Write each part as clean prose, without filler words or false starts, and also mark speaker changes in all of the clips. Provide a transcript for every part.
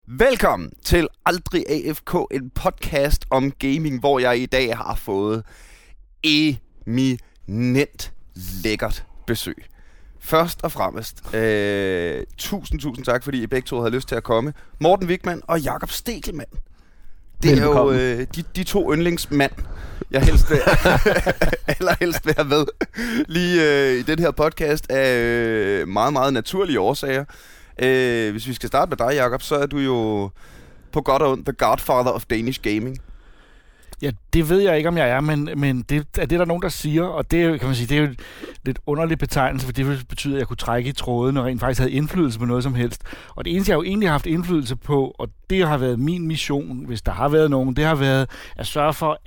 Speaker 1: Velkommen til Aldrig AFK, en podcast om gaming, hvor jeg i dag har fået eminent lækkert besøg. Først og fremmest, tusind tak, fordi I begge to havde lyst til at komme. Morten Wigman og Jakob Stegelmann. Det er jo de to yndlingsmand, jeg helst vil, helst vil have med lige i den her podcast af meget naturlige årsager. Hvis vi skal starte med dig, Jakob, så er du jo på godt og ondt the godfather of Danish gaming.
Speaker 2: Ja, det ved jeg ikke, om jeg er, men det er det, der nogen, der siger, og det, kan man sige, det er jo et lidt underlig betegnelse, for det betyder, at jeg kunne trække i tråden og rent faktisk havde indflydelse på noget som helst. Og det eneste, jeg jo egentlig har haft indflydelse på, og det har været min mission, hvis der har været nogen, det har været at sørge for,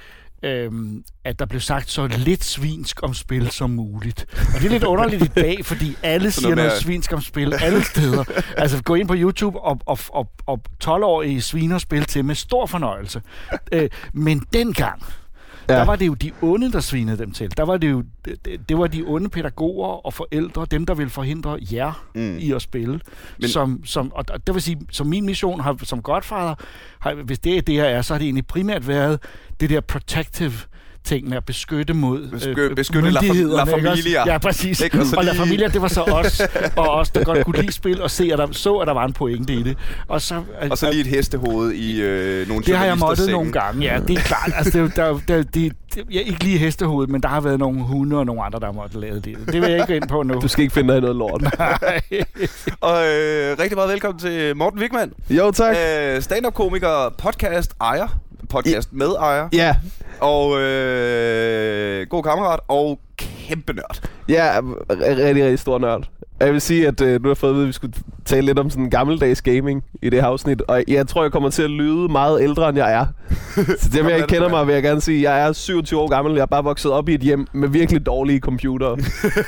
Speaker 2: at der blev sagt så lidt svinsk om spil som muligt. Og det er lidt underligt i dag, fordi alle siger noget svinsk om spil alle steder. Altså gå ind på YouTube og 12-årige sviner spil til med stor fornøjelse. Men dengang, der var det jo de onde, der svinede dem til. Der var det jo det var de onde pædagoger og forældre, dem der ville forhindre jer i at spille. Og det vil sige, som min mission har, som godfather, hvis det er det her er, så har det egentlig primært været det der protective ting med at beskytte mod myndighederne.
Speaker 1: La Familia.
Speaker 2: Ja, præcis. Og La Familia, det var så os, og os, der godt kunne lide spil, og se, at der var en pointe i det. Og så
Speaker 1: lige et hestehoved i nogle
Speaker 2: det har jeg måttet nogle gange, ja. Det er klart. Altså, jeg ikke lige hestehoved, men der har været nogle hunde og nogle andre, der måtte lave det. Det vil jeg ikke ind på nu.
Speaker 3: Du skal ikke finde dig i noget lort.
Speaker 2: Nej.
Speaker 1: Og rigtig meget velkommen til Morten Wigman.
Speaker 3: Jo, tak.
Speaker 1: Stand-up-komiker, podcast-ejer. Podcast med ejer.
Speaker 3: Ja.
Speaker 1: Og god kammerat og kæmpe nørd.
Speaker 3: Ja, rigtig stor nørd. Jeg vil sige, at nu har jeg fået at vide, at vi skulle tale lidt om sådan gammeldags gaming i det her afsnit. Og jeg tror, jeg kommer til at lyde meget ældre, end jeg er. Så dem, jeg ikke kender mig, vil jeg gerne sige, at jeg er 27 år gammel. Jeg er bare vokset op i et hjem med virkelig dårlige computere.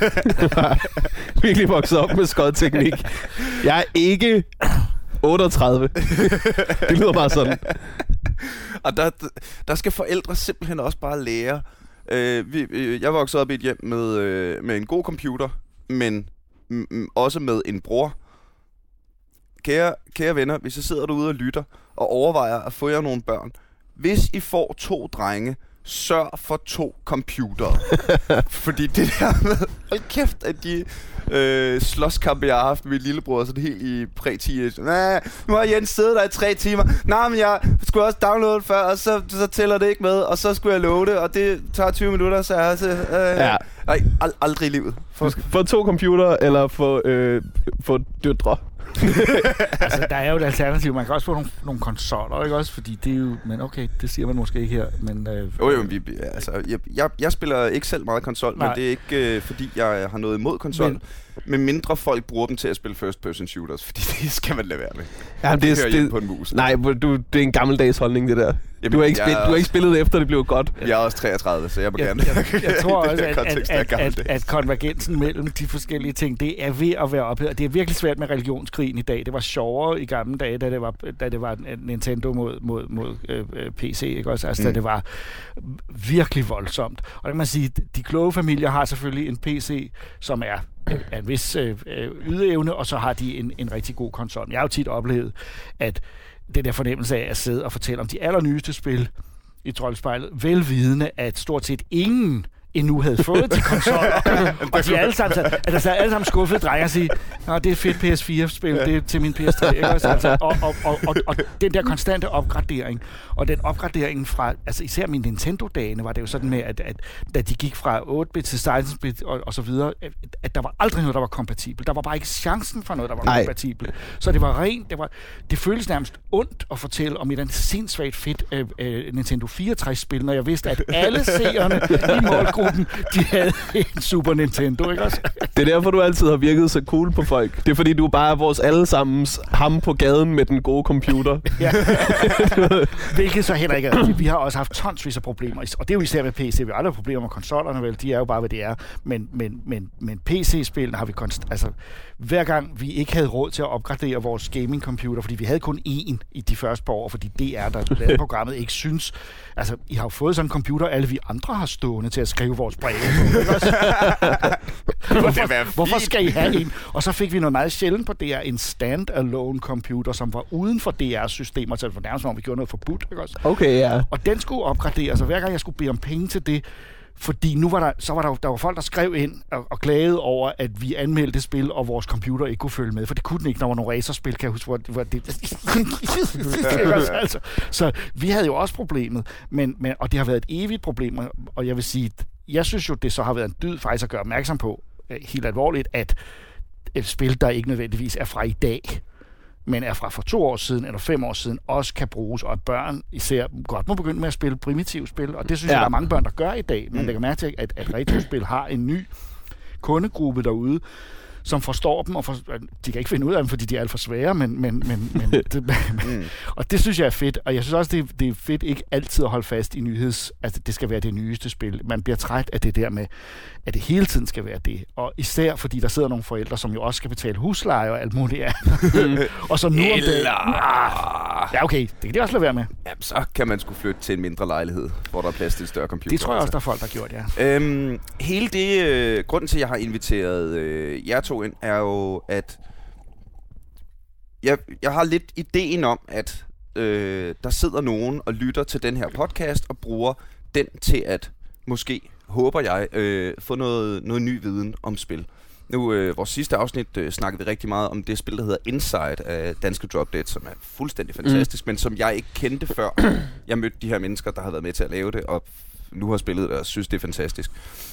Speaker 3: Virkelig vokset op med skodteknik. Jeg er ikke 38. Det lyder bare sådan.
Speaker 1: Og der skal forældre simpelthen også bare lære. Jeg voksede op i et hjem med en god computer, men også med en bror. Kære venner, hvis I sidder derude og lytter og overvejer at få jer nogle børn, hvis I får 2 drenge, sørg for 2 computere. Fordi det der med, hold kæft, at de slåskampe, jeg har haft med min lillebror, så det helt i præ-10. Nu har Jens siddet der i 3 timer. Nej, men jeg skulle også downloade før, og så tæller det ikke med, og så skulle jeg love det, og det tager 20 minutter, så jeg nej, aldrig i livet.
Speaker 3: Få 2 computere, eller få døtre.
Speaker 2: Altså, der er jo et alternativ. Man kan også få nogle konsoller, ikke også? Fordi det er jo... Men okay, det siger man måske ikke her, men...
Speaker 1: Jeg spiller ikke selv meget konsol, men det er ikke fordi, jeg har noget imod konsol. Men mindre folk bruger dem til at spille first-person shooters, fordi det skal man lade være med.
Speaker 3: Ja, det hører hjemme
Speaker 1: på en mus.
Speaker 3: Nej, det er en gammeldags holdning, det der. Jamen, du har ikke spillet det efter, det blev godt.
Speaker 1: Jeg er også 33, så jeg må gerne...
Speaker 2: Jeg tror også, at konvergensen mellem de forskellige ting, det er ved at være ophedet. Det er virkelig svært med religionskrigen i dag. Det var sjovere i gamle dage, da det var Nintendo mod PC, ikke også? Altså, da det var virkelig voldsomt. Og det kan man sige, de kloge familier har selvfølgelig en PC, som er en vis ydeevne, og så har de en rigtig god konsol. Jeg har jo tit oplevet, at det der fornemmelse af at sidde og fortælle om de allernyeste spil i Troldspejlet, velvidende, at stort set ingen endnu havde fået de konsoller. Og de er alle sammen skuffede drenge og sige, det er et fedt PS4-spil, det er til min PS3. Ikke? Altså, og den der konstante opgradering, og den opgradering fra, altså især min Nintendo-dagene, var det jo sådan med, at da de gik fra 8-bit til 16-bit og så videre, at der var aldrig noget, der var kompatibelt. Der var bare ikke chancen for noget, der var kompatibelt. Så det var rent, det føltes nærmest ondt at fortælle om et andet sindssygt fedt Nintendo 64-spil, når jeg vidste, at alle seerne i målgruppen, de havde en Super Nintendo, ikke også?
Speaker 3: Det er derfor, du altid har virket så cool på folk. Det er fordi, du bare er vores allesammens ham på gaden med den gode computer. Ja.
Speaker 2: Hvilket så heller ikke er. Vi har også haft tonsvis af problemer. Og det er jo især med PC. Vi har aldrig problemer med konsollerne, vel? De er jo bare, hvad det er. Men PC-spillene har vi altså hver gang vi ikke havde råd til at opgradere vores gaming-computer, fordi vi havde kun én i de første par år, fordi DR, der lavede programmet, ikke synes... Altså, I har jo fået sådan en computer, alle vi andre har stående til at skrive skrive vores breve. Hvorfor skal I have en? Og så fik vi noget meget sjældent på DR, en stand-alone computer, som var uden for DR's systemer, så det var nærmest, om vi gjorde noget forbudt. Ikke også?
Speaker 3: Okay, ja.
Speaker 2: Og den skulle opgraderes, og hver gang jeg skulle bede om penge til det, fordi nu var der var folk, der skrev ind og klagede over, at vi anmeldte spil, og vores computer ikke kunne følge med, for det kunne den ikke, når der var nogle racerspil, kan jeg huske, hvor det... altså. Så vi havde jo også problemet, og det har været et evigt problem, og jeg vil sige, jeg synes jo, det så har været en dyd faktisk at gøre opmærksom på, helt alvorligt, at et spil, der ikke nødvendigvis er fra i dag, men er fra for 2 år siden eller 5 år siden, også kan bruges, og at børn især godt må begynde med at spille primitive spil, og det synes jeg, der er mange børn, der gør i dag. Man lægger mærke til, at retrospil har en ny kundegruppe derude, som forstår dem, og de kan ikke finde ud af dem, fordi de er alt for svære, og det synes jeg er fedt, og jeg synes også, det er fedt ikke altid at holde fast i altså det skal være det nyeste spil. Man bliver træt af det der med, at det hele tiden skal være det, og især fordi der sidder nogle forældre, som jo også skal betale husleje og alt muligt andet. Og så nu om det... Ja, okay, det kan de også lade være med.
Speaker 1: Jamen, så kan man sgu flytte til en mindre lejlighed, hvor der er plads til en større computer.
Speaker 2: Det tror jeg også, der er folk, der har gjort, ja.
Speaker 1: Hele det... grunden til, at jeg har inviteret jer to ind, er jo, at jeg har lidt ideen om, at der sidder nogen og lytter til den her podcast og bruger den til at måske, håber jeg, få noget ny viden om spil. Nu, vores sidste afsnit snakkede vi rigtig meget om det spil, der hedder Inside af danske Drop Dead, som er fuldstændig fantastisk, men som jeg ikke kendte før. Jeg mødte de her mennesker, der har været med til at lave det, og nu har spillet det og synes, det er fantastisk.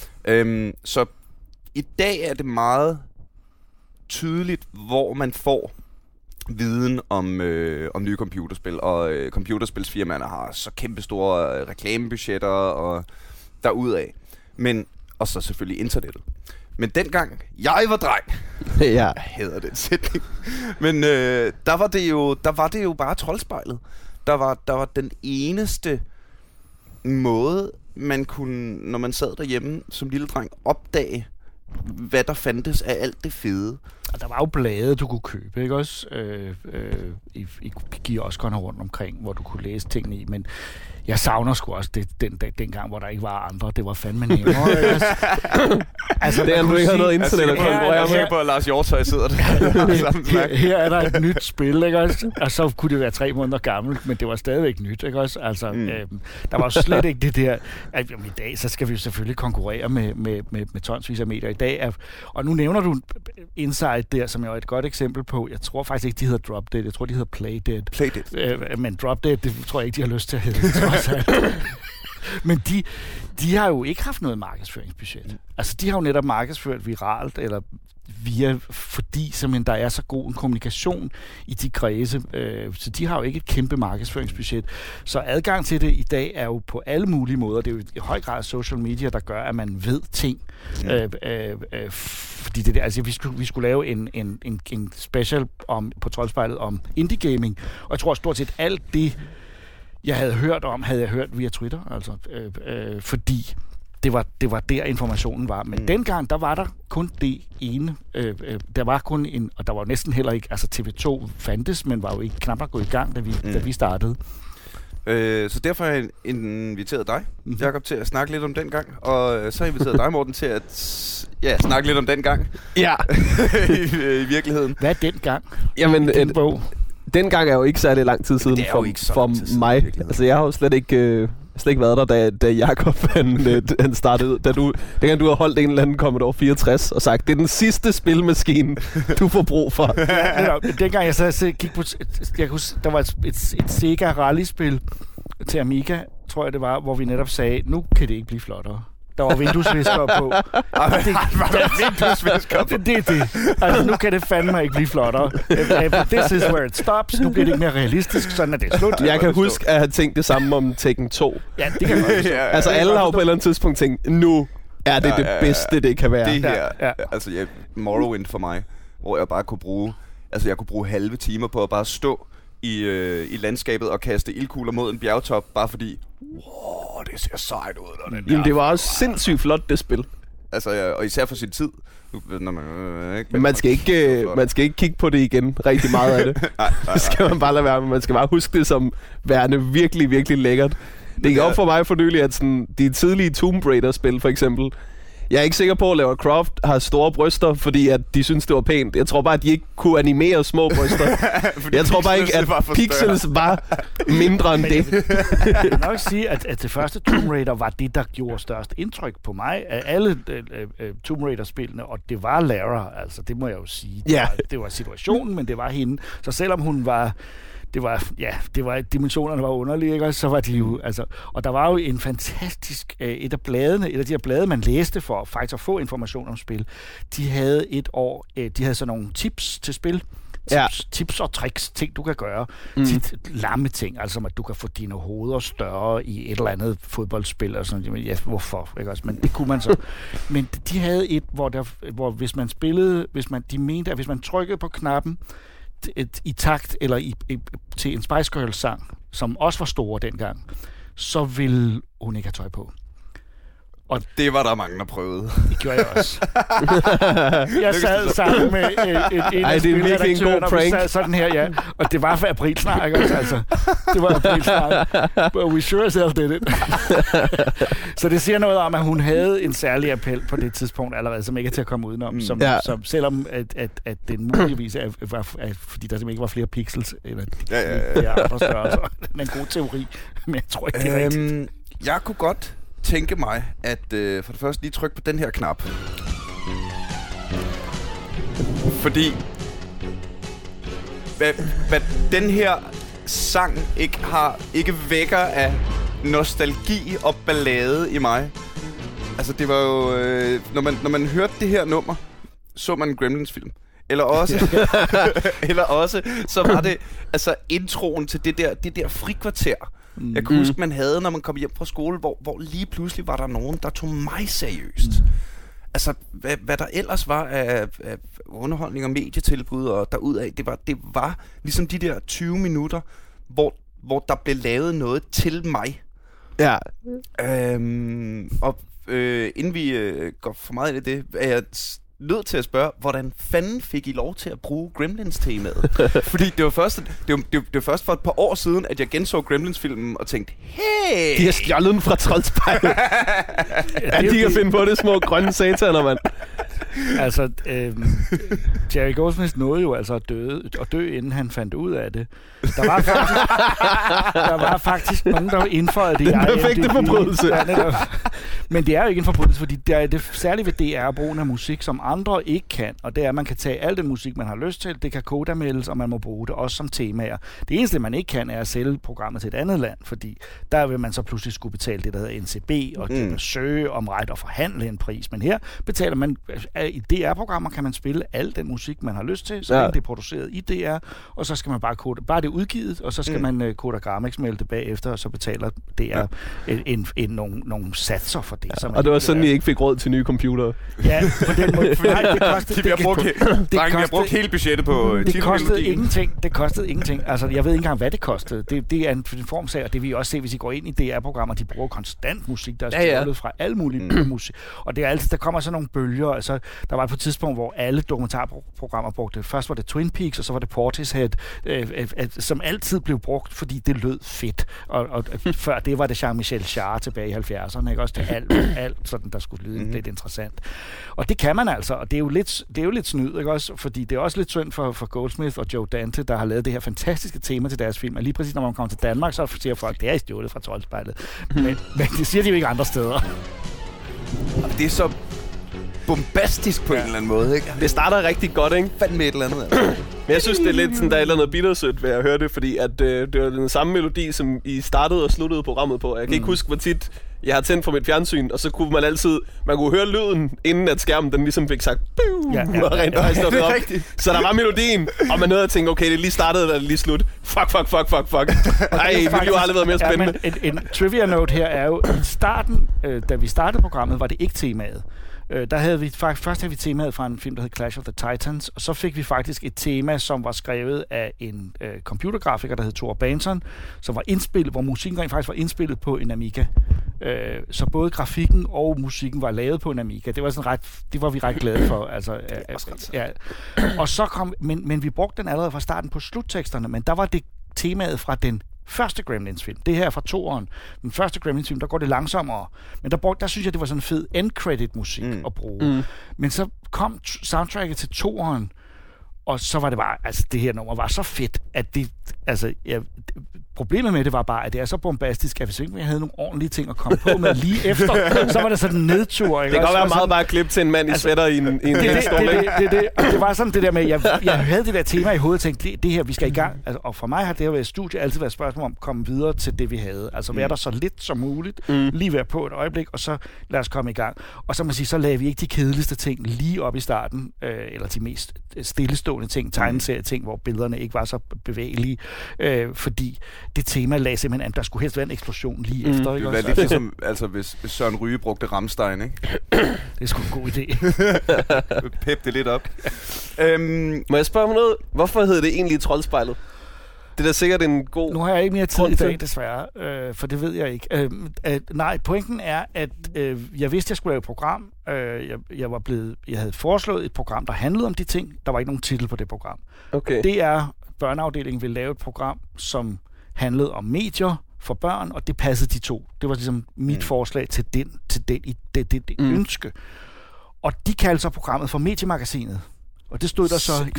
Speaker 1: Så i dag er det meget tydeligt, hvor man får viden om nye computerspil, og computerspilsfirmaerne har så kæmpe store reklamebudgetter og derudaf. Og så selvfølgelig internettet. Men dengang jeg var dreng,
Speaker 3: ja.
Speaker 1: Jeg hader den sætning, men der var det jo bare Troldspejlet. Der var den eneste måde, man kunne, når man sad derhjemme som lille dreng, opdage, hvad der fandtes af alt det fede.
Speaker 2: Og der var jo blade, du kunne købe, ikke også? I kioskerne rundt omkring, hvor du kunne læse tingene i, men jeg savner sgu også den gang, hvor der ikke var andre. Det var fandme nemmere. Altså,
Speaker 3: det er du ikke har noget internet at konkurrere med.
Speaker 1: Jeg er sikker på, at Lars Hjortøj sidder der.
Speaker 2: Her er der et nyt spil, ikke også? Og så kunne det være 3 måneder gammelt, men det var stadigvæk nyt, ikke også? Altså, der var jo slet ikke det der... I dag, så skal vi jo selvfølgelig konkurrere med tonsvis af medier. I dag og nu nævner du Inside der, som er et godt eksempel på. Jeg tror faktisk ikke, de hedder Drop Dead. Jeg tror, de hedder Play Dead. Men Drop Dead, det tror jeg ikke, de har lyst til at hedde. Men de har jo ikke haft noget markedsføringsbudget. Altså, de har jo netop markedsført viralt, eller fordi simpelthen der er så god en kommunikation i de kredse. Så de har jo ikke et kæmpe markedsføringsbudget. Så adgang til det i dag er jo på alle mulige måder. Det er jo i høj grad social media, der gør, at man ved ting. Fordi det der, altså vi skulle lave en special på Troldspejlet om indie gaming, og jeg tror stort set alt det, jeg havde hørt via Twitter, altså, fordi det var der informationen var. Men dengang, der var der kun det ene. Der var kun og der var næsten heller ikke, altså TV2 fandtes, men var jo ikke knap nok gået i gang, da vi startede.
Speaker 1: Så derfor har jeg inviteret dig, Jakob, til at snakke lidt om den gang, og så har jeg inviteret dig, Morten, til at snakke lidt om den gang.
Speaker 3: Ja.
Speaker 1: I virkeligheden.
Speaker 2: Hvad er den gang?
Speaker 3: Jamen, den gang er jo ikke særlig lang tid siden for mig. Altså, jeg har jo slet ikke været der, da Jakob han startede. Dengang du har holdt en eller anden Commodore 64 og sagt, det er den sidste spilmaskine, du får brug for.
Speaker 2: Dengang jeg så gik på... Jeg husker, der var et Sega Rally-spil til Amiga, tror jeg det var, hvor vi netop sagde, nu kan det ikke blive flottere. Der var vinduesvisker på. Det er det. Altså, nu kan det fandme ikke blive flottere. This is where it stops. Nu bliver det ikke mere realistisk. Sådan er det slut.
Speaker 3: Jeg kan huske at have tænkt det samme om Tekken 2.
Speaker 2: Ja, det kan jeg godt.
Speaker 3: Altså, alle har på et eller andet tidspunkt tænkt, nu er det det bedste, det kan være.
Speaker 1: Det her, altså Morrowind for mig, hvor jeg bare kunne bruge, jeg kunne bruge halve timer på at bare stå i landskabet og kaste ildkugler mod en bjergtop, bare fordi, det ser sejt ud.
Speaker 3: Jamen, det var også sindssygt flot, det spil.
Speaker 1: Altså, og især for sin tid.
Speaker 3: Men man skal ikke kigge på det igen, rigtig meget af det. Nej. Det skal man bare lade være med. Man skal bare huske det som værende virkelig, virkelig lækkert. Det gik op for mig for nylig, at sådan, de tidlige Tomb Raider-spil, for eksempel, jeg er ikke sikker på, at Lara Croft har store bryster, fordi at de synes, det var pænt. Jeg tror bare, at de ikke kunne animere små bryster. Jeg tror bare ikke, at pixels var mindre end det.
Speaker 2: Jeg vil nok sige, at det første Tomb Raider var det, der gjorde størst indtryk på mig af alle Tomb Raider-spillene, og det var Lara, altså det må jeg jo sige. Det var situationen, men det var hende. Så selvom hun var... dimensionerne var underlige, ikke? Så var de jo, altså, og der var jo en fantastisk, et af de her blade, man læste for faktisk at få information om spil. De havde sådan nogle tips til spil. Tips og tricks, ting du kan gøre. Lamme ting, altså at du kan få dine hoveder større i et eller andet fodboldspil og sådan. Ja, hvorfor? Ikke? Altså, men det kunne man så. Men de havde et, hvor hvis man spillede, de mente, at hvis man trykkede på knappen i takt eller til en Spice Girls sang, som også var store dengang, så ville hun ikke have tøj på.
Speaker 1: Og det var der mange, der prøvede.
Speaker 2: Det gjorde jeg også. Jeg sad sammen med en af spilredaktøren, og vi sad sådan her, ja. Og det var for aprilsnar, ikke også? Altså, det var aprilsnar. But we sure as hell did it. Så det siger noget om, at hun havde en særlig appel på det tidspunkt allerede, som ikke er til at komme udenom. Som selvom at den muligvis var fordi der simpelthen ikke var flere pixels, eller de andre størrelser. Det er en god teori, men jeg tror ikke, det er rigtigt.
Speaker 1: Jeg kunne godt tænke mig, at for det første lige trykke på den her knap. Fordi hvad den her sang ikke vækker af nostalgi og ballade i mig. Altså det var jo når man hørte det her nummer, så man en Gremlins-film. Eller også så var det altså introen til det der frikvarter. Jeg kan huske, man havde, når man kom hjem fra skole, hvor lige pludselig var der nogen, der tog mig seriøst. Altså, hvad der ellers var af underholdning og medietilbud og derudaf, det var ligesom de der 20 minutter, hvor der blev lavet noget til mig.
Speaker 3: Ja.
Speaker 1: Inden vi går for meget ind i det, er jeg nødt til at spørge, hvordan fanden fik I lov til at bruge Gremlins-temaet? Fordi det var først for et par år siden, at jeg genså Gremlins-filmen og tænkte, hey!
Speaker 3: De har stjålet den fra Troldspejlet. At de kan finde på det, små grønne sataner, mand.
Speaker 2: Altså, Jerry Goldsmith nåede jo altså at dø, inden han fandt ud af det. Der var faktisk nogen, der indføjede det.
Speaker 3: Den perfekte forbrydelse.
Speaker 2: Men det er jo ikke en forbrydelse, fordi det er det særlige ved DR brugen af musik, som andre ikke kan, og det er, at man kan tage al den musik, man har lyst til, det kan kodameldes, og man må bruge det også som temaer. Det eneste, man ikke kan, er at sælge programmet til et andet land, fordi der vil man så pludselig skulle betale det, der hedder NCB, og søge om ret og forhandle en pris. Men her betaler man, i DR-programmer kan man spille al den musik, man har lyst til, så det er produceret i DR, og så skal man bare det udgivet, og så skal man kodagrammeksmelde det bagefter, og så betaler DR nogle satser for det.
Speaker 3: Og det var sådan, I ikke fik råd til nye computere.
Speaker 2: Ja, på den måde.
Speaker 1: Vi har brugt hele budgettet på
Speaker 2: det kostede ingenting. Det kostede ingenting. Altså, jeg ved ikke engang, hvad det kostede. Det er en formsag, og det vil I også se, hvis I går ind i DR-programmer. De bruger konstant musik, der er stjålet fra alle mulige musik. Og det er altid, der kommer sådan nogle bølger. Altså, der var på et tidspunkt, hvor alle dokumentarprogrammer brugte det. Først var det Twin Peaks, og så var det Portishead, som altid blev brugt, fordi det lød fedt. Og før det var det Jean-Michel Jarre tilbage i 70'erne, ikke? Også det alt sådan, der skulle lyde lidt interessant. Og det kan man altså, og det er jo lidt snyd, ikke også? Fordi det er også lidt synd for Goldsmith og Joe Dante, der har lavet det her fantastiske tema til deres film. Og lige præcis når man kommer til Danmark, så siger folk, det er stjålet fra Troldspejlet. Men det siger de jo ikke andre steder.
Speaker 1: Det er så bombastisk på en eller anden måde, ikke?
Speaker 3: Det starter rigtig godt, ikke?
Speaker 1: Fandme et eller andet. Altså.
Speaker 3: Men jeg synes, det er lidt sådan, der er et eller andet bittersødt ved at høre det, fordi at, det var den samme melodi, som I startede og sluttede programmet på. Jeg kan ikke huske, hvor tit jeg har tændt for mit fjernsyn, og så kunne man kunne høre lyden, inden at skærmen den ligesom fik sagt, og rent og stoppet op. Så der var melodien, og man nåede at tænke, okay, det lige startede, eller det lige slut. Fuck. Ej, det ville jo aldrig været mere spændende.
Speaker 2: Ja, en trivia note her er jo, i starten, da vi startede programmet, var det ikke temaet. Der havde vi først havde vi temaet fra en film, der hed Clash of the Titans, og så fik vi faktisk et tema, som var skrevet af en computergrafiker, der hed Thor Banton, som var indspillet, hvor musikken rent faktisk var indspillet på en Amiga. Så både grafikken og musikken var lavet på en Amiga. Det var sådan det var vi ret glade for. Altså, ja. Og så men vi brugte den allerede fra starten på slutteksterne, men der var det temaet fra den første Gremlins-film. Det her er fra 2'eren. Den første Gremlins-film, der går det langsommere. Men der synes jeg, det var sådan en fed end-credit-musik at bruge. Men så kom soundtracket til 2'eren, og så var det bare, altså det her nummer var så fedt, at det, altså, problemet med det var bare, at det er så bombastisk, at hvis ikke jeg havde nogle ordentlige ting at komme på med lige efter, så var det sådan en nedtur.
Speaker 3: Det kan godt være meget bare at klippe til en mand i sweater i en
Speaker 2: det var sådan det der med, jeg havde det der tema i hovedet og tænkte, det her, vi skal i gang. Altså, og for mig har det her været studie altid været et spørgsmål om at komme videre til det, vi havde. Altså være der så lidt som muligt, lige være på et øjeblik, og så lad os komme i gang. Og så må man sige, så lagde vi ikke de kedeligste ting lige op i starten, eller de mest stillestående ting, tegneserieting, hvor billederne ikke var så bevægelige, fordi det tema lagde simpelthen, at der skulle helst være en eksplosion lige efter.
Speaker 1: Det var lidt ligesom, altså, hvis Søren Ryge brugte Rammstein, ikke?
Speaker 2: Det er sgu en god idé.
Speaker 1: Pep det lidt op.
Speaker 3: Må jeg spørge om noget? Hvorfor hed det egentlig Troldspejlet? Det er da sikkert en god...
Speaker 2: Nu har jeg ikke mere tid i dag, desværre, for det ved jeg ikke. Nej, pointen er, at jeg vidste, jeg skulle lave et program. Jeg havde foreslået et program, der handlede om de ting. Der var ikke nogen titel på det program.
Speaker 3: Okay.
Speaker 2: Det er, børneafdelingen ville lave et program, som handlede om medier for børn, og det passede de to. Det var ligesom mit forslag til det ønske. Og de kaldte så programmet for Mediemagasinet. Og det stod der så i...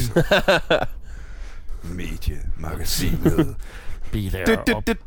Speaker 1: Mediemagasinet.
Speaker 2: Be there.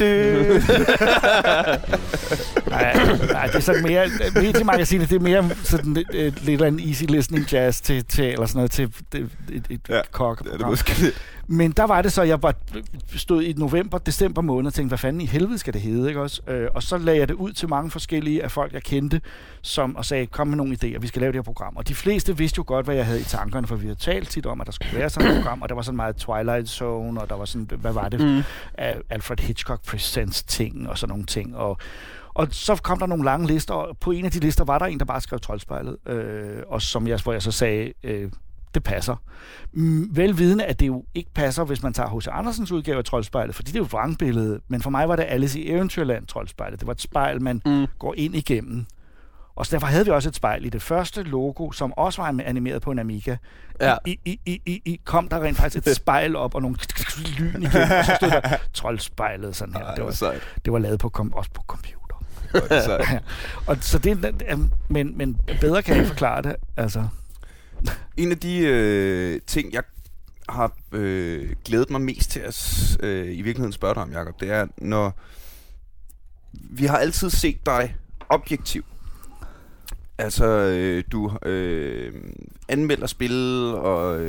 Speaker 2: Nej, det er sådan mere... Mediemagasinet, det er mere sådan lidt af en easy listening jazz til eller sådan noget, til et kokkeprogram. Men der var det så, jeg stod i december måned og tænkte, hvad fanden i helvede skal det hedde, ikke også? Og så lagde jeg det ud til mange forskellige af folk, jeg kendte, og sagde, kom med nogle idéer, vi skal lave det her program. Og de fleste vidste jo godt, hvad jeg havde i tankerne, for vi havde talt tit om, at der skulle være sådan et program, og der var sådan meget Twilight Zone, og der var sådan, hvad var det? Alfred Hitchcock Presents ting, og sådan nogle ting. Og så kom der nogle lange lister, og på en af de lister var der en, der bare skrev Troldspejlet, og hvor jeg så sagde... det passer. Velvidende, at det jo ikke passer, hvis man tager H.C. Andersens udgave af Troldspejlet, fordi det er jo et vrangbillede, men for mig var det Alice i Eventyrland Troldspejlet. Det var et spejl, man går ind igennem. Og så derfor havde vi også et spejl i det første logo, som også var animeret på en Amiga.
Speaker 3: Ja.
Speaker 2: Kom der rent faktisk et spejl op, og nogle lyn igennem, og så stod der Troldspejlet sådan her. Det var lavet også på computer. Og så det, men bedre kan jeg ikke forklare det, altså...
Speaker 1: En af de ting, jeg har glædet mig mest til at i virkeligheden spørge dig om, Jacob, det er, når vi har altid set dig objektiv. Altså, du anmelder spil, og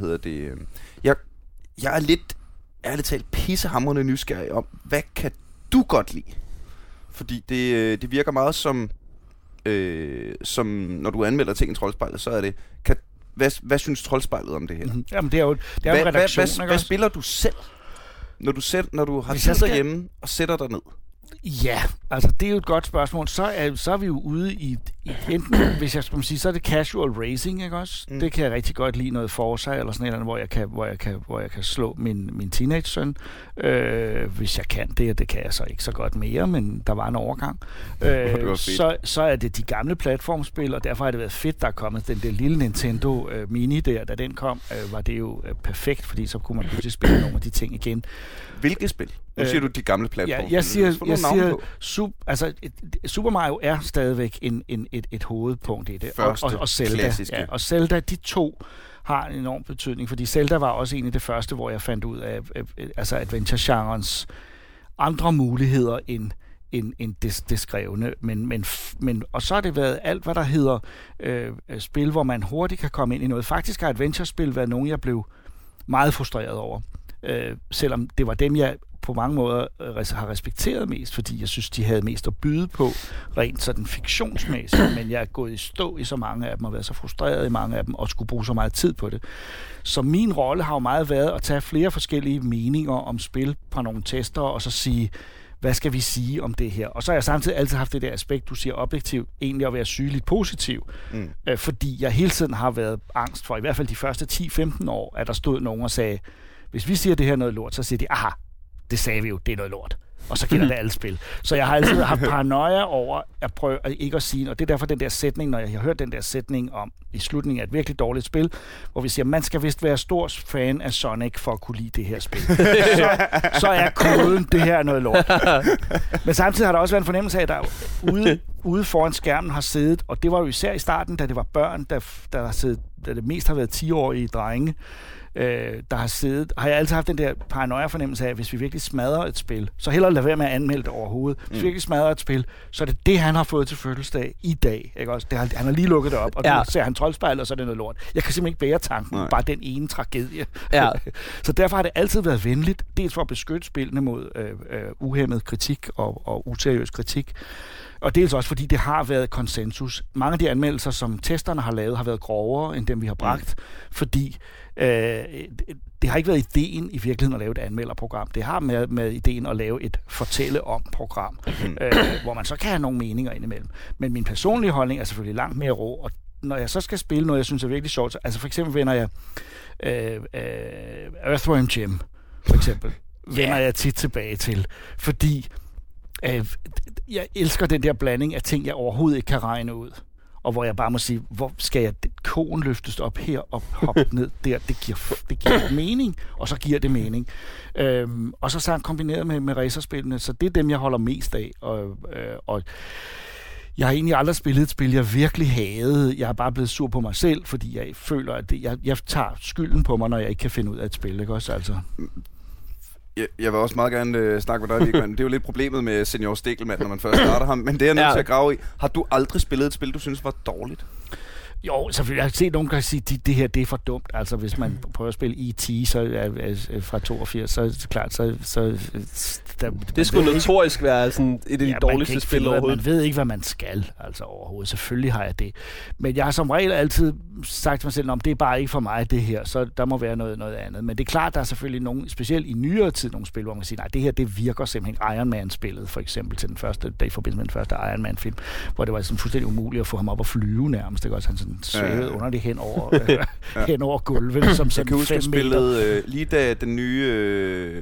Speaker 1: jeg er lidt, ærligt talt, pissehamrende nysgerrig om, hvad kan du godt lide? Fordi det virker meget som når du anmelder ting i Troldspejlet, så er det... Hvad synes Troldspejlet om det her?
Speaker 2: Jamen, det er jo en redaktion,
Speaker 1: hvad spiller du selv, når du har tid derhjemme og sætter dig ned?
Speaker 2: Ja, altså det er jo et godt spørgsmål. Så er vi jo ude i enten, hvis jeg skal sige, så er det casual racing, ikke også? Det kan jeg rigtig godt lide, noget Forza eller sådan noget, hvor jeg kan slå min teenage-søn, hvis jeg kan det, og det kan jeg så ikke så godt mere, men der var en overgang. Så er det de gamle platformspil, og derfor har det været fedt, der er kommet den der lille Nintendo Mini der, da den kom, var det jo perfekt, fordi så kunne man pludselig spille nogle af de ting igen.
Speaker 1: Hvilke spil? Nu siger du de gamle platforme.
Speaker 2: Ja, jeg siger Super Mario er stadigvæk et hovedpunkt i det. Og Zelda. Ja, og Zelda, de to har en enorm betydning, fordi Zelda var også en af det første, hvor jeg fandt ud af adventure-genrens andre muligheder end det skrevne. Men og så har det været alt, hvad der hedder spil, hvor man hurtigt kan komme ind i noget. Faktisk har adventure-spil været nogen, jeg blev meget frustreret over. Selvom det var dem, jeg på mange måder har respekteret mest, fordi jeg synes, de havde mest at byde på, rent sådan fiktionsmæssigt, men jeg er gået i stå i så mange af dem, og været så frustreret i mange af dem, og skulle bruge så meget tid på det. Så min rolle har jo meget været at tage flere forskellige meninger om spil på nogle tester, og så sige, hvad skal vi sige om det her? Og så har jeg samtidig altid haft det der aspekt, du siger objektivt, egentlig at være sygeligt positiv, fordi jeg hele tiden har været angst for, i hvert fald de første 10-15 år, at der stod nogen og sagde, hvis vi siger, det her er noget lort, så siger de, aha, det sagde vi jo, det er noget lort. Og så gælder det alle spil. Så jeg har altid haft paranoia over at prøve ikke at sige, og det er derfor den der sætning, når jeg har hørt den der sætning om i slutningen af et virkelig dårligt spil, hvor vi siger, man skal vist være stor fan af Sonic for at kunne lide det her spil. så er koden, det her er noget lort. Men samtidig har der også været en fornemmelse af, at der ude foran skærmen har siddet, og det var jo især i starten, da det var børn, der har siddet, da det mest har været 10-årige drenge, der har siddet, har jeg altid haft den der paranoia-fornemmelse af, at hvis vi virkelig smadrer et spil, så hellere lade være med at anmelde det overhovedet. Hvis vi virkelig smadrer et spil, så er det, han har fået til fødselsdag i dag. Ikke også? Han har lige lukket det op, og nu ser han Troldspejlet, og så er det noget lort. Jeg kan simpelthen ikke bære tanken, bare den ene tragedie. Ja. Så derfor har det altid været venligt, dels for at beskytte spillene mod uhæmmet kritik og useriøs kritik, og dels også fordi det har været konsensus. Mange af de anmeldelser, som testerne har lavet, har været grovere end dem, vi har bragt, fordi det har ikke været ideen i virkeligheden at lave et anmelderprogram. Det har med ideen at lave et fortælle-om-program, hvor man så kan have nogle meninger indimellem. Men min personlige holdning er selvfølgelig langt mere rå, og når jeg så skal spille noget, jeg synes er virkelig sjovt, så, altså for eksempel vender jeg Earthworm Jim, for eksempel, vender jeg tit tilbage til, fordi jeg elsker den der blanding af ting, jeg overhovedet ikke kan regne ud. Og hvor jeg bare må sige, hvor skal jeg kogen løftes op her og hoppe ned der? Det giver mening, og så giver det mening. Og så kombineret med racerspillene, så det er dem, jeg holder mest af. Og jeg har egentlig aldrig spillet et spil, jeg virkelig hadede. Jeg er bare blevet sur på mig selv, fordi jeg føler, at jeg tager skylden på mig, når jeg ikke kan finde ud af et spil. Ikke også, altså?
Speaker 1: Jeg vil også meget gerne snakke med dig, Vigman. Det er jo lidt problemet med Senior Stikkelmann, når man først starter ham. Men det er jeg nødt til at grave i. Har du aldrig spillet et spil, du synes var dårligt?
Speaker 2: Jo, selvfølgelig. Jeg har set nogen, der kan sige, at det her det er for dumt. Altså, hvis man prøver at spille E.T., så fra 82, så er det klart,
Speaker 3: det skulle notorisk være sådan et af de dårligste spil overhovedet.
Speaker 2: Man ved ikke, hvad man skal, altså overhovedet. Selvfølgelig har jeg det. Men jeg har som regel altid sagt til mig selv, om det er bare ikke for mig, det her, så der må være noget andet. Men det er klart, der er selvfølgelig nogen, specielt i nyere tid, nogle spil, hvor man kan sige, nej, det her, det virker simpelthen. Iron Man-spillet, for eksempel, til den første, i forbindelse med den første Iron Man-film, hvor det var sådan fuldstændig umuligt at få ham op og flyve nærmest. Det var også han sådan svævede under det hen over gulvet, som sådan 5 meter. Jeg kan huske, at
Speaker 1: spillet lige da den nye,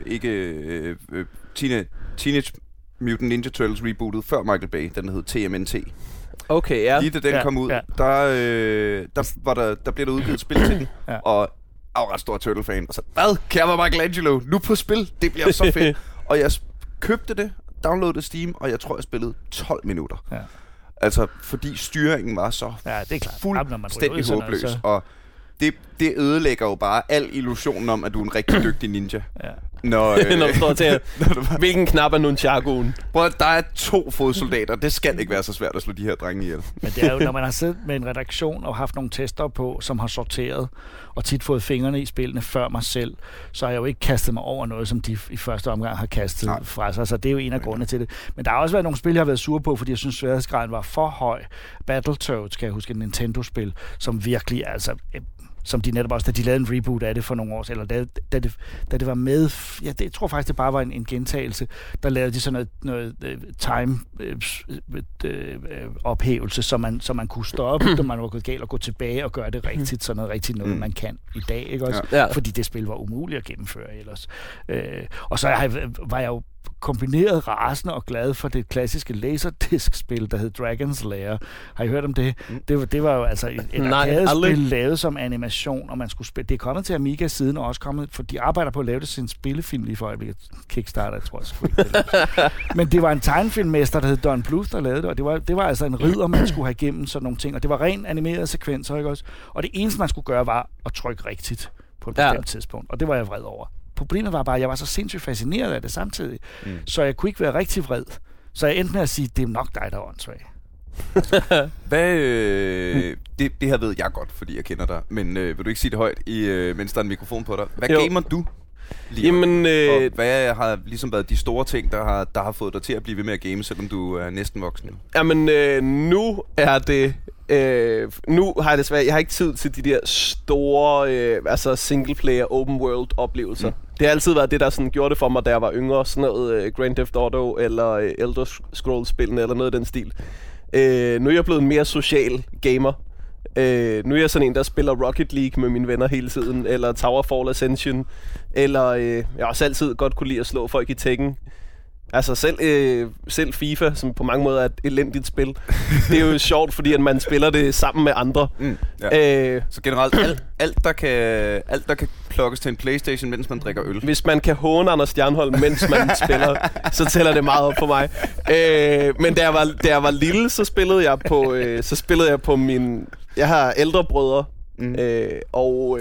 Speaker 1: Teenage Mutant Ninja Turtles rebootet før Michael Bay, den hed TMNT.
Speaker 3: Okay, ja.
Speaker 1: Lige da den kom ud, der blev der udgivet et spil til den, og jeg var ret stor Turtle-fan, og så, hvad? Kære Michelangelo, nu på spil, det bliver så fedt. Og jeg købte det, downloadede Steam, og jeg tror, jeg spillede 12 minutter. Ja. Altså, fordi styringen var så fuldstændig håbløs, og det ødelægger jo bare al illusionen om, at du er en rigtig dygtig ninja. Ja.
Speaker 3: Når du står til, hvilken knap er nunchaku'en?
Speaker 1: Prøv, der er 2 fodsoldater. Det skal ikke være så svært at slå de her drenge ihjel.
Speaker 2: Men det er jo, når man har siddet med en redaktion og haft nogle tester på, som har sorteret, og tit fået fingrene i spillene før mig selv, så har jeg jo ikke kastet mig over noget, som de i første omgang har kastet fra sig. Så det er jo en af grundene til det. Men der har også været nogle spil, jeg har været sur på, fordi jeg synes, sværhedsgraden var for høj. Battletoads, kan jeg huske, et Nintendo-spil, som virkelig, altså, som de netop også, da de lavede en reboot af det for nogle år siden, eller da det var med, jeg tror faktisk, det bare var en gentagelse, der lavede de sådan noget time ophævelse, så man kunne stoppe, når man var gået galt og gå tilbage og gøre det rigtigt, sådan noget rigtigt noget, man kan i dag, ikke også? Ja. Fordi det spil var umuligt at gennemføre ellers. Og så var jeg jo kombineret rasende og glad for det klassiske Laserdisc-spil, der hed Dragon's Lair. Har I hørt om det? Det var jo altså et arcade-spil lavet som animation, og man skulle spille. Det er kommet til Amiga siden, og også kommet, for de arbejder på at lave det til en spillefilm lige for øjeblikket. Kickstarter, tror jeg sgu ikke. Men det var en tegnefilmmester, der hed Don Bluth, der lavede det, og det var altså en ridder, man skulle have igennem sådan nogle ting, og det var ren animerede sekvenser, ikke også? Og det eneste, man skulle gøre, var at trykke rigtigt på et bestemt tidspunkt, og det var jeg vred over. Problemet var bare, at jeg var så sindssygt fascineret af det samtidig, så jeg kunne ikke være rigtig vred. Så jeg endte med at sige, det er nok dig, der er åndssvag.
Speaker 1: Det her ved jeg godt, fordi jeg kender dig, men vil du ikke sige det højt, mens der er en mikrofon på dig? Hvad gamer du? Jamen, og hvad har ligesom været de store ting, der har fået dig til at blive ved med at game, selvom du er næsten voksen?
Speaker 3: Jamen, nu er det... nu har jeg desværre... Jeg har ikke tid til de der store altså single-player, open-world-oplevelser. Det har altid været det, der sådan gjorde det for mig, da jeg var yngre. Sådan noget Grand Theft Auto eller Elder Scrolls-spillene eller noget af den stil. Nu er jeg blevet en mere social gamer. Nu er jeg sådan en, der spiller Rocket League med mine venner hele tiden, eller Towerfall Ascension, eller jeg har også altid godt kunne lide at slå folk i Tekken. Altså selv FIFA, som på mange måder er et elendigt spil, det er jo sjovt, fordi at man spiller det sammen med andre.
Speaker 1: Så generelt alt der kan plukkes til en PlayStation, mens man drikker øl.
Speaker 3: Hvis man kan håne Anders Stjernholm, mens man spiller, så tæller det meget op for mig. Men da jeg var lille, så spillede jeg på min... Jeg har ældre brødre, og